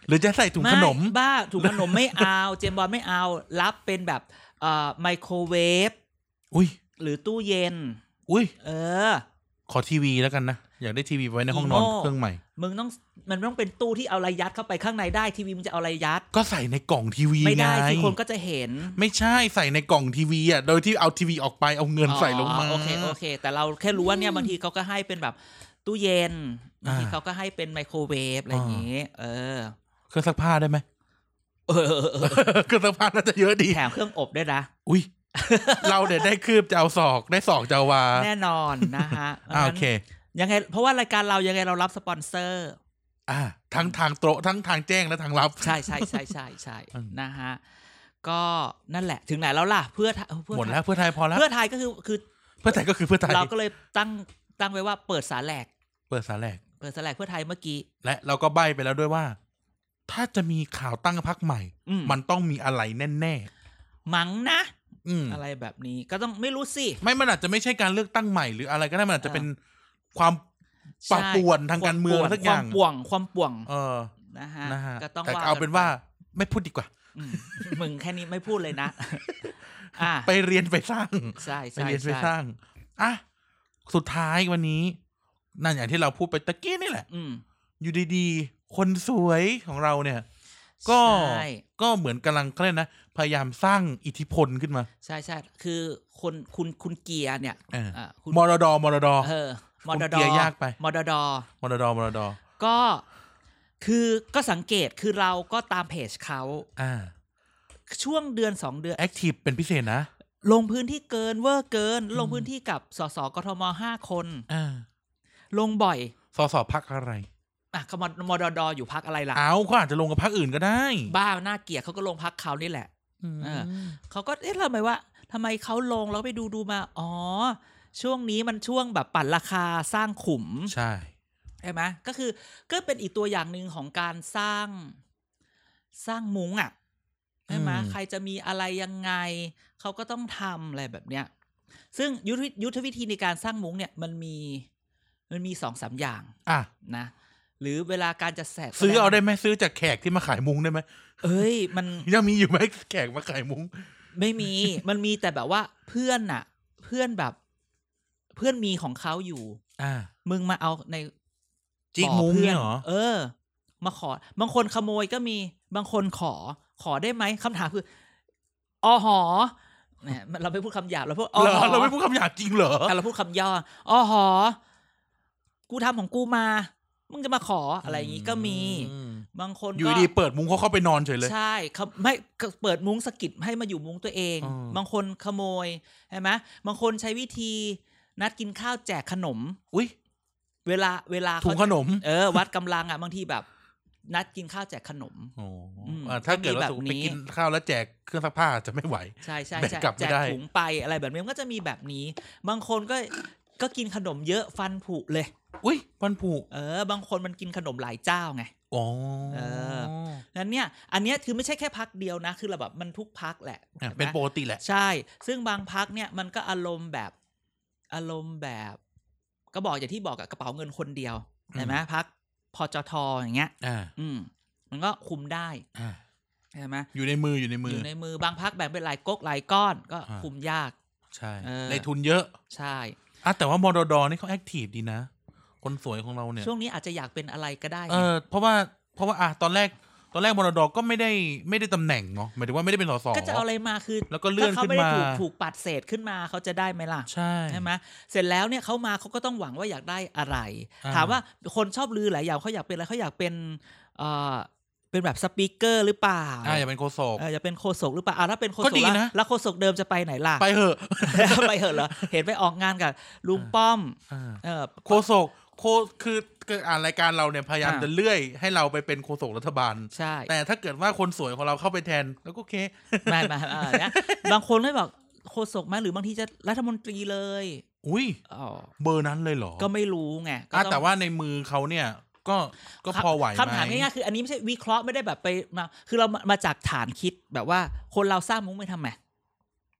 หรือจะใส่ถุงขนมบ้าถุงขนมไม่เอาเจมส์บอนด์ไม่เอารับเป็นแบบเอ่อไมโครเวฟอุ้ยหรือตู้เย็นอุ้ยเออขอทีวีแล้วกันนะอยากได้ทีวีไว้ในห้องนอนเครื่องใหม่มึงต้องมันต้องเป็นตู้ที่เอาอะไรยัดเข้าไปข้างในได้ทีวีมึงจะเอาอะไรยัดก็ใส่ในกล่องทีวีไงไม่ได้ที่คนก็จะเห็นไม่ใช่ใส่ในกล่องทีวีอ่ะโดยที่เอาทีวีออกไปเอาเงินใส่ลงมาโอเคโอเคแต่เราแค่รู้ว่าเนี่ยบางทีเขาก็ให้เป็นแบบตู้เย็นบางทีเขาก็ให้เป็นไมโครเวฟอะไรอย่างเงี้ยเออเครื่องซักผ้าได้ไหมเออเครื่องซักผ้าน่าจะเยอะดีแถมเครื่องอบด้วยนะอุ้ยเราเดี๋ยวได้คืบจะเอาศอกได้ศอกจะวาแน่นอนนะฮะโอเคยังไงเพราะว่ารายการเรายังไงเรารับสปอนเซอร์อ่าทั้งทางโตะทั้งทางแจ้งและทางรับใช่ใช่ใช่ใช่ใช่นะฮะก็นั่นแหละถึงไหนแล้วล่ะเพื่อหมดแล้วเพื่อไทยพอแล้วเพื่อไทยก็คือคือเพื่อไทยก็คือเพื่อไทยเราก็เลยตั้งตั้งไว้ว่าเปิดสาแหลกเปิดสาแหลกเปิดสาแหลกเพื่อไทยเมื่อกี้และเราก็ใบ้ไปแล้วด้วยว่าถ้าจะมีข่าวตั้งพรรคใหม่มันต้องมีอะไรแน่ๆมั้งนะอะไรแบบนี้ก็ต้องไม่รู้สิไม่มันอาจจะไม่ใช่การเลือกตั้งใหม่หรืออะไรก็ได้มันอาจจะเป็นความปะป่วนทางการเมืองสักอย่างความป่วงความป่วงเออนะฮะก็ต้องแต่เอาเป็นว่าไม่พูดดีกว่ามึงแค่นี้ไม่พูดเลยนะไปเรียนไปสร้างใช่ไปเรียนไปสร้างอ่ะสุดท้ายวันนี้นั่นอย่างที่เราพูดไปตะกี้นี่แหละอยู่ดีๆคนสวยของเราเนี่ยก็ก็เหมือนกำลังเขาเรียกนะพยายามสร้างอิทธิพลขึ้นมาใช่ใช่คือคนคุณคุณเกียร์เนี่ยมรดมรดเออมรดยากไปมรดมรดมรดก็คือก็สังเกตคือเราก็ตามเพจเขาอ่าช่วงเดือนสองเดือนแอคทีฟเป็นพิเศษนะลงพื้นที่เกินเวอร์เกินลงพื้นที่กับสสกทมห้าคนอ่าลงบ่อยสสพรรคอะไรอ่ะคมมดดอยู่พรรคอะไรล่ะเอาเขาอาจจะลงกับพรรคอื่นก็ได้บ้าน่าเกลียดเขาก็ลงพรรคเขานี่แหละเออเขาก็เอ๊ะทำไมว่าทำไมเขาลงแล้วไปดูดูมาอ๋อช่วงนี้มันช่วงแบบปั่นราคาสร้างขุมใช่ใช่ไหมก็คือก็เป็นอีกตัวอย่างหนึ่งของการสร้างสร้างมุ้งอ่ะใช่ไหมใครจะมีอะไรยังไงเขาก็ต้องทำอะไรแบบเนี้ยซึ่งยุทธวิธีในการสร้างมุ้งเนี่ยมันมีมันมีสองสามอย่างอ่ะนะหรือเวลาการจะแสกซื้อเอาได้ไหมซื้อจากแขกที่มาขายมุ้งได้ไหมเอ้ยมันยังมีอยู่ไหมแขกมาขายมุ้งไม่มีมันมีแต่แบบว่าเพื่อนน่ะเพื่อนแบบเพื่อนมีของเขาอยู่อ่ามึงมาเอาในจิกมุ้งเนี่ยเหรอเออมาขอบางคนขโมยก็มีบางคนขอขอได้ไหมคำถามคืออ๋อหอเนี่ยเราไม่พูดคำหยาบเราพูดอ๋อเราไม่พูดคำหยาบจริงเหรอเราพูดคำย่ออ๋อหอกูทำของกูมามึงจะมาขออะไรอย่างงี้ก็มีบางคนอยู่ดีเปิดมุ้งเขาเข้าไปนอนเฉยเลยใช่เขาไม่เปิดมุ้งสกิดให้มาอยู่มุ้งตัวเองบางคนขโมยใช่ไหมบางคนใช้วิธีนัดกินข้าวแจกขนมอุ้ยเวลาเวลาถุงขนมเออวัดกำลังอ่ะบางทีแบบนัดกินข้าวแจกขนมอ๋อถ้าเกิดว่าไปกินข้าวแล้วแจกเครื่องซักผ้าจะไม่ไหวใช่ใช่แจกถุงไปอะไรแบบนี้มันก็จะมีแบบนี้บางคนก็ก็กินขนมเยอะฟันผุเลยอุ้ยฟันผุเออบางคนมันกินขนมหลายเจ้าไงอ๋อเออนั้นเนี่ยอันเนี้ยคือไม่ใช่แค่พักเดียวนะคือเราแบบมันทุกพักแหละเป็นปกติแหละใช่ซึ่งบางพักเนี่ยมันก็อารมณ์แบบอารมณ์แบบก็บอกอย่างที่บอกกับกระเป๋าเงินคนเดียวใช่ไหมพักพจทอย่างเงี้ยอ่าอืมมันก็คุมได้อ่าใช่ไหมอยู่ในมืออยู่ในมืออยู่ในมือบางพักแบ่งเป็นหลายก๊กหลายก้อนก็คุมยากใช่ในทุนเยอะใช่อ่ะแต่ว่ามดดนี่เขาแอคทีฟดีนะคนสวยของเราเนี่ยช่วงนี้อาจจะอยากเป็นอะไรก็ได้เออเพราะว่าเพราะว่าอ่ะตอนแรกตอนแรกมรดกก็ไม่ได้ไม่ได้ตำแหน่งเนาะหมายถึงว่าไม่ได้เป็นสสก็จะเอาอะไรมาคือแล้วก็เลื่อนขึ้นมาเขาไม่ได้ถูกถูกปัดเศษขึ้นมาเขาจะได้ไหมล่ะใช่ใช่ไหมเสร็จแล้วเนี่ยเขามาเขาก็ต้องหวังว่าอยากได้อะไรถามว่าคนชอบลือหลายอย่างเขาอยากเป็นอะไรเขาอยากเป็นเอ่อเป็นแบบสปีกเกอร์หรือเปล่าอ่าอยากเป็นโฆษกเอออยากเป็นโฆษกหรือเปล่าอ่ะถ้าเป็นโฆษกแล้วแล้วโฆษกเดิมจะไปไหนล่ะไปเหอะไปเหอะเหรอเห็นไปออกงานกับลุงป้อมเออโฆษกโคคืออ่านรายการเราเนี่ยพยายามจะเลื่อยให้เราไปเป็นโฆษกรัฐบาลใช่แต่ถ้าเกิดว่าคนสวยของเราเข้าไปแทนแล้วก็โอเคไม่ไม่เออเนี่ยบางคนไม่บอกโฆษกไหมหรือบางทีจะรัฐมนตรีเลยอุ้ยเบอร์นั้นเลยเหรอก็ไม่รู้ไงแต่ว่าในมือเขาเนี่ยก็ก็พอไหวไหมคำถามง่ายๆคืออันนี้ไม่ใช่วิเคราะห์ไม่ได้แบบไปมาคือเรามาจากฐานคิดแบบว่าคนเราสร้างมุ้งไม่ทำไม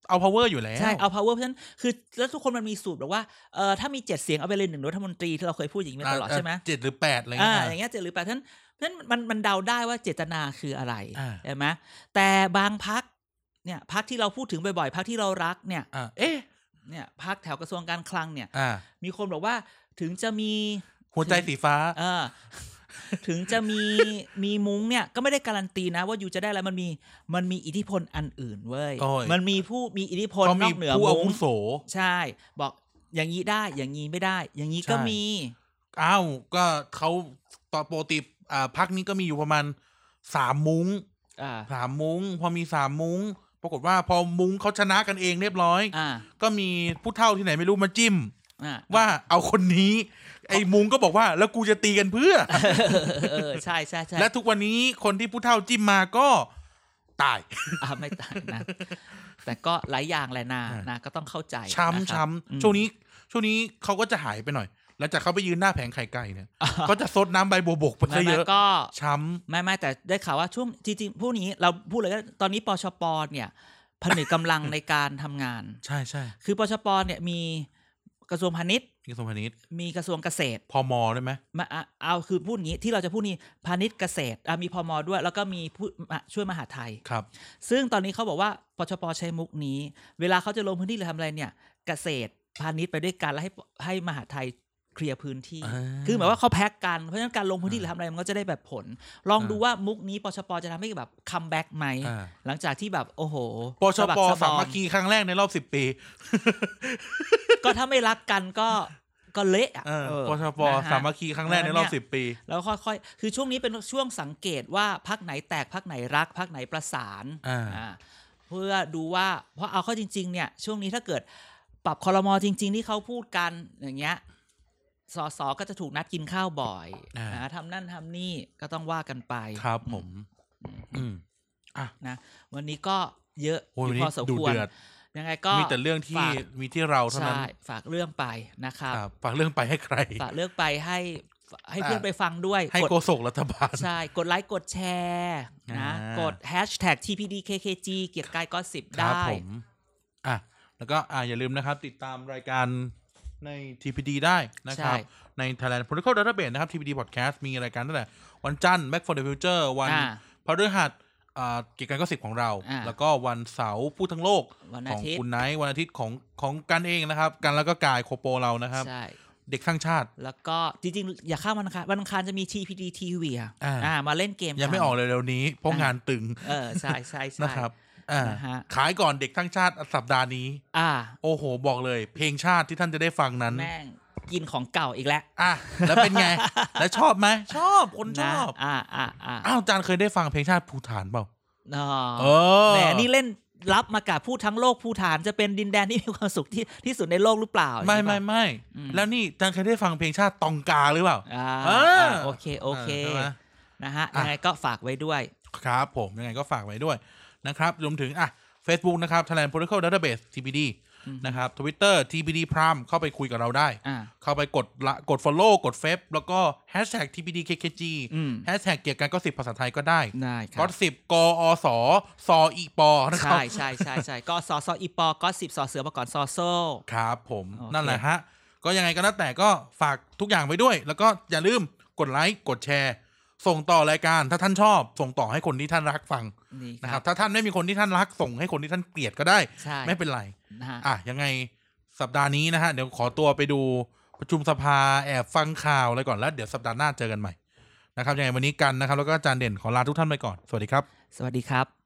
เอา power อยู่แล้วใช่เอา power เพราะฉะนั้นคือแล้วทุกคนมันมีสูตรบอกว่าเออถ้ามีเจ็ดเสียงเอาไปเลยหนึ่งรัฐมนตรีที่เราเคยพูดอย่างนี้ตลอดใช่ไหมเจ็ดหรือแปดอะไรอย่างเงี้ยอย่างเงี้ยเจ็ดหรือแปดเพราะฉะนั้นเพราะฉะนั้นมันมันเดาได้ว่าเจตนาคืออะไรใช่ไหมแต่บางพรรคเนี่ยพรรคที่เราพูดถึงบ่อยๆพรรคที่เรารักเนี่ยเอ๊ะเนี่ยพรรคแถวกระทรวงการคลังเนี่ยมีคนบอกว่าถึงจะมีหัวใจสีฟ้าเออถึงจะมีมีมุ้งเนี่ยก็ไม่ได้การันตีนะว่าอยู่จะได้อะไรมันมีมันมีอิทธิพลอันอื่นเว้ยมันมีผู้มีอิทธิพลนอกเหนือมุ้งใช่บอกอย่างนี้ได้อย่างนี้ไม่ได้อย่างนี้ก็มีอ้าวก็เขาต่อปกติอ่าพักนี้ก็มีอยู่ประมาณสามมุ้งอ่าสามมุ้งพอมีสามมุ้งปรากฏว่าพอมุ้งเขาชนะกันเองเรียบร้อยอ่าก็มีผู้เฒ่าที่ไหนไม่รู้มาจิ้มว่าเอาคนนี้ไอ้มุ้งก็บอกว่าแล้วกูจะตีกันเพื่อเออใช่ใช่ใช่และทุกวันนี้คนที่ผู้เฒ่าจิ้มมาก็ตายอ่าไม่ตายนะแต่ก็หลายอย่างแหละนะนะก็ต้องเข้าใจช้ำช้ำช่วงนี้ช่วงนี้เขาก็จะหายไปหน่อยหลังจากเขาไปยืนหน้าแผงไข่ไก่เนี่ยก็จะซดน้ำใบบัวบกไปเยอะก็ช้ำไม่ไม่แต่ได้ข่าวว่าช่วงจริงๆพวกนี้เราพูดเลยว่าตอนนี้ปชปเนี่ยผนึกกำลังในการทำงานใช่ใช่คือปชปเนี่ยมีกระทรวงพาณิชย์กระทรวงพาณิชย์มีกระทรวงเกษตรพมได้ไหมมาเอาคือพูดอย่างนี้ที่เราจะพูดนี่พาณิชย์เกษตรมีพมด้วยแล้วก็มีผู้ช่วยมหาดไทยครับซึ่งตอนนี้เขาบอกว่าปชปใช้มุกนี้เวลาเขาจะลงพื้นที่หรือทำอะไรเนี่ยเกษตรพาณิชย์ไปด้วยกันแล้วให้ให้มหาดไทยเคลียร์พื้นที่คือหมายว่าเขาแพ็กกันเพราะฉะนั้นการลงพื้นที่หรือทำอะไรมันก็จะได้แบบผลลองดูว่ามุกนี้ปชปจะทำให้แบบคัมแบ็กไหมหลังจากที่แบบโอ้โหปชปสามัคคีครั้งแรกในรอบสิบปีก็ถ้าไม่รักกันก็ก็เละอ่ะปชปสามัคคีครั้งแรกในรอบสิบปีแล้วค่อยๆคือช่วงนี้เป็นช่วงสังเกตว่าพรรคไหนแตกพรรคไหนรักพรรคไหนประสานเพื่อดูว่าเพราะเอาเข้าจริงๆเนี่ยช่วงนี้ถ้าเกิดปรับครม.จริงๆที่เขาพูดกันอย่างเงี้ยสสก็จะถูกนัดกินข้าวบ่อยนะทำนั่นทำนี่ก็ต้องว่ากันไปครับผมอืมอ่ะนะวันนี้ก็เยอะอยู่พอสมควรยังไงก็มีแต่เรื่องที่มีที่เราเท่านั้นฝากเรื่องไปนะครับฝากเรื่องไปให้ใครฝากเรื่องไปให้ให้เพื่อนไปฟังด้วยให้โฆษกรัฐบาลใช่กดไลค์กดแชร์นะกดแฮชแท็ก ที พี ดี เค เค จี เกียรติกายก็สิบได้อ่ะแล้วก็อ่าอย่าลืมนะครับติดตามรายการใน ที พี ดี ได้นะครับใน Thailand Political Database นะครับ ที พี ดี Podcast มีรายการตั้งแต่วันจันทร์ Back for the Future วันพฤหัสเกียรติกายก็สิบของเราแล้วก็วันเสาร์พูดทั้งโลกของคุณไนท์วันอาทิตย์ของของกันเองนะครับกันแล้วก็กายโคโปเรานะครับเด็กสร้างชาติแล้วก็จริงๆอย่าข้ามวันอังคารวันอังคารจะมี ที พี ดี ที วี อ่ามาเล่นเกมยังไม่ออกเลยเร็วนี้เพราะงานตึงเออใช่ใช่ใช่นะครับขายก่อนเด็กทั้งชาติสัปดาห์นี้อ่าโอ้โหบอกเลยเพลงชาติที่ท่านจะได้ฟังนั้นแม่งกินของเก่าอีกแล้วอ่ะแล้วเป็นไงแล้วชอบไหมชอบคนชอบอ่าอ่าอ่าอ้าวอาจารย์เคยได้ฟังเพลงชาติภูฏานเปล่าอ๋อแหมนี่เล่นรับมากาพูดทั้งโลกภูฏานจะเป็นดินแดนที่มีความสุขที่ที่สุดในโลกหรือเปล่าไม่ไม่ไม่แล้วนี่อาจารย์เคยได้ฟังเพลงชาติตองกาหรือเปล่าอ่าโอเคโอเคนะฮะยังไงก็ฝากไว้ด้วยครับผมยังไงก็ฝากไว้ด้วยนะครับรวมถึงอ่ะ Facebook นะครับ Thailand Political Database ที พี ดี นะครับ Twitter ที พี ดี Prime เข้าไปคุยกับเราได้เข้าไปกดละกด follow กด Fave แล้วก็ hashtag ที พี ดี เค เค จี hashtag เกียรติกายก็สิบภาษาไทยก็ได้ก็สิบกอสสอีปอนะครับใช่ใช่ใช่ใช่ก็สสอีปอก็สิบสอเสือมาก่อนซอโซ่ครับผมนั่นแหละฮะก็ยังไงก็แล้วแต่ก็ฝากทุกอย่างไว้ด้วยแล้วก็อย่าลืมกดไลค์กดแชร์ส่งต่อรายการถ้าท่านชอบส่งต่อให้คนที่ท่านรักฟังนะครับถ้าท่านไม่มีคนที่ท่านรักส่งให้คนที่ท่านเกลียดก็ได้ไม่เป็นไรอ่ะยังไงสัปดาห์นี้นะฮะเดี๋ยวขอตัวไปดูประชุมสภาแอบฟังข่าวอะไรก่อนแล้วเดี๋ยวสัปดาห์หน้าเจอกันใหม่นะครับยังไงวันนี้กันนะครับแล้วก็อาจารย์เด่นขอลาทุกท่านไปก่อนสวัสดีครับสวัสดีครับ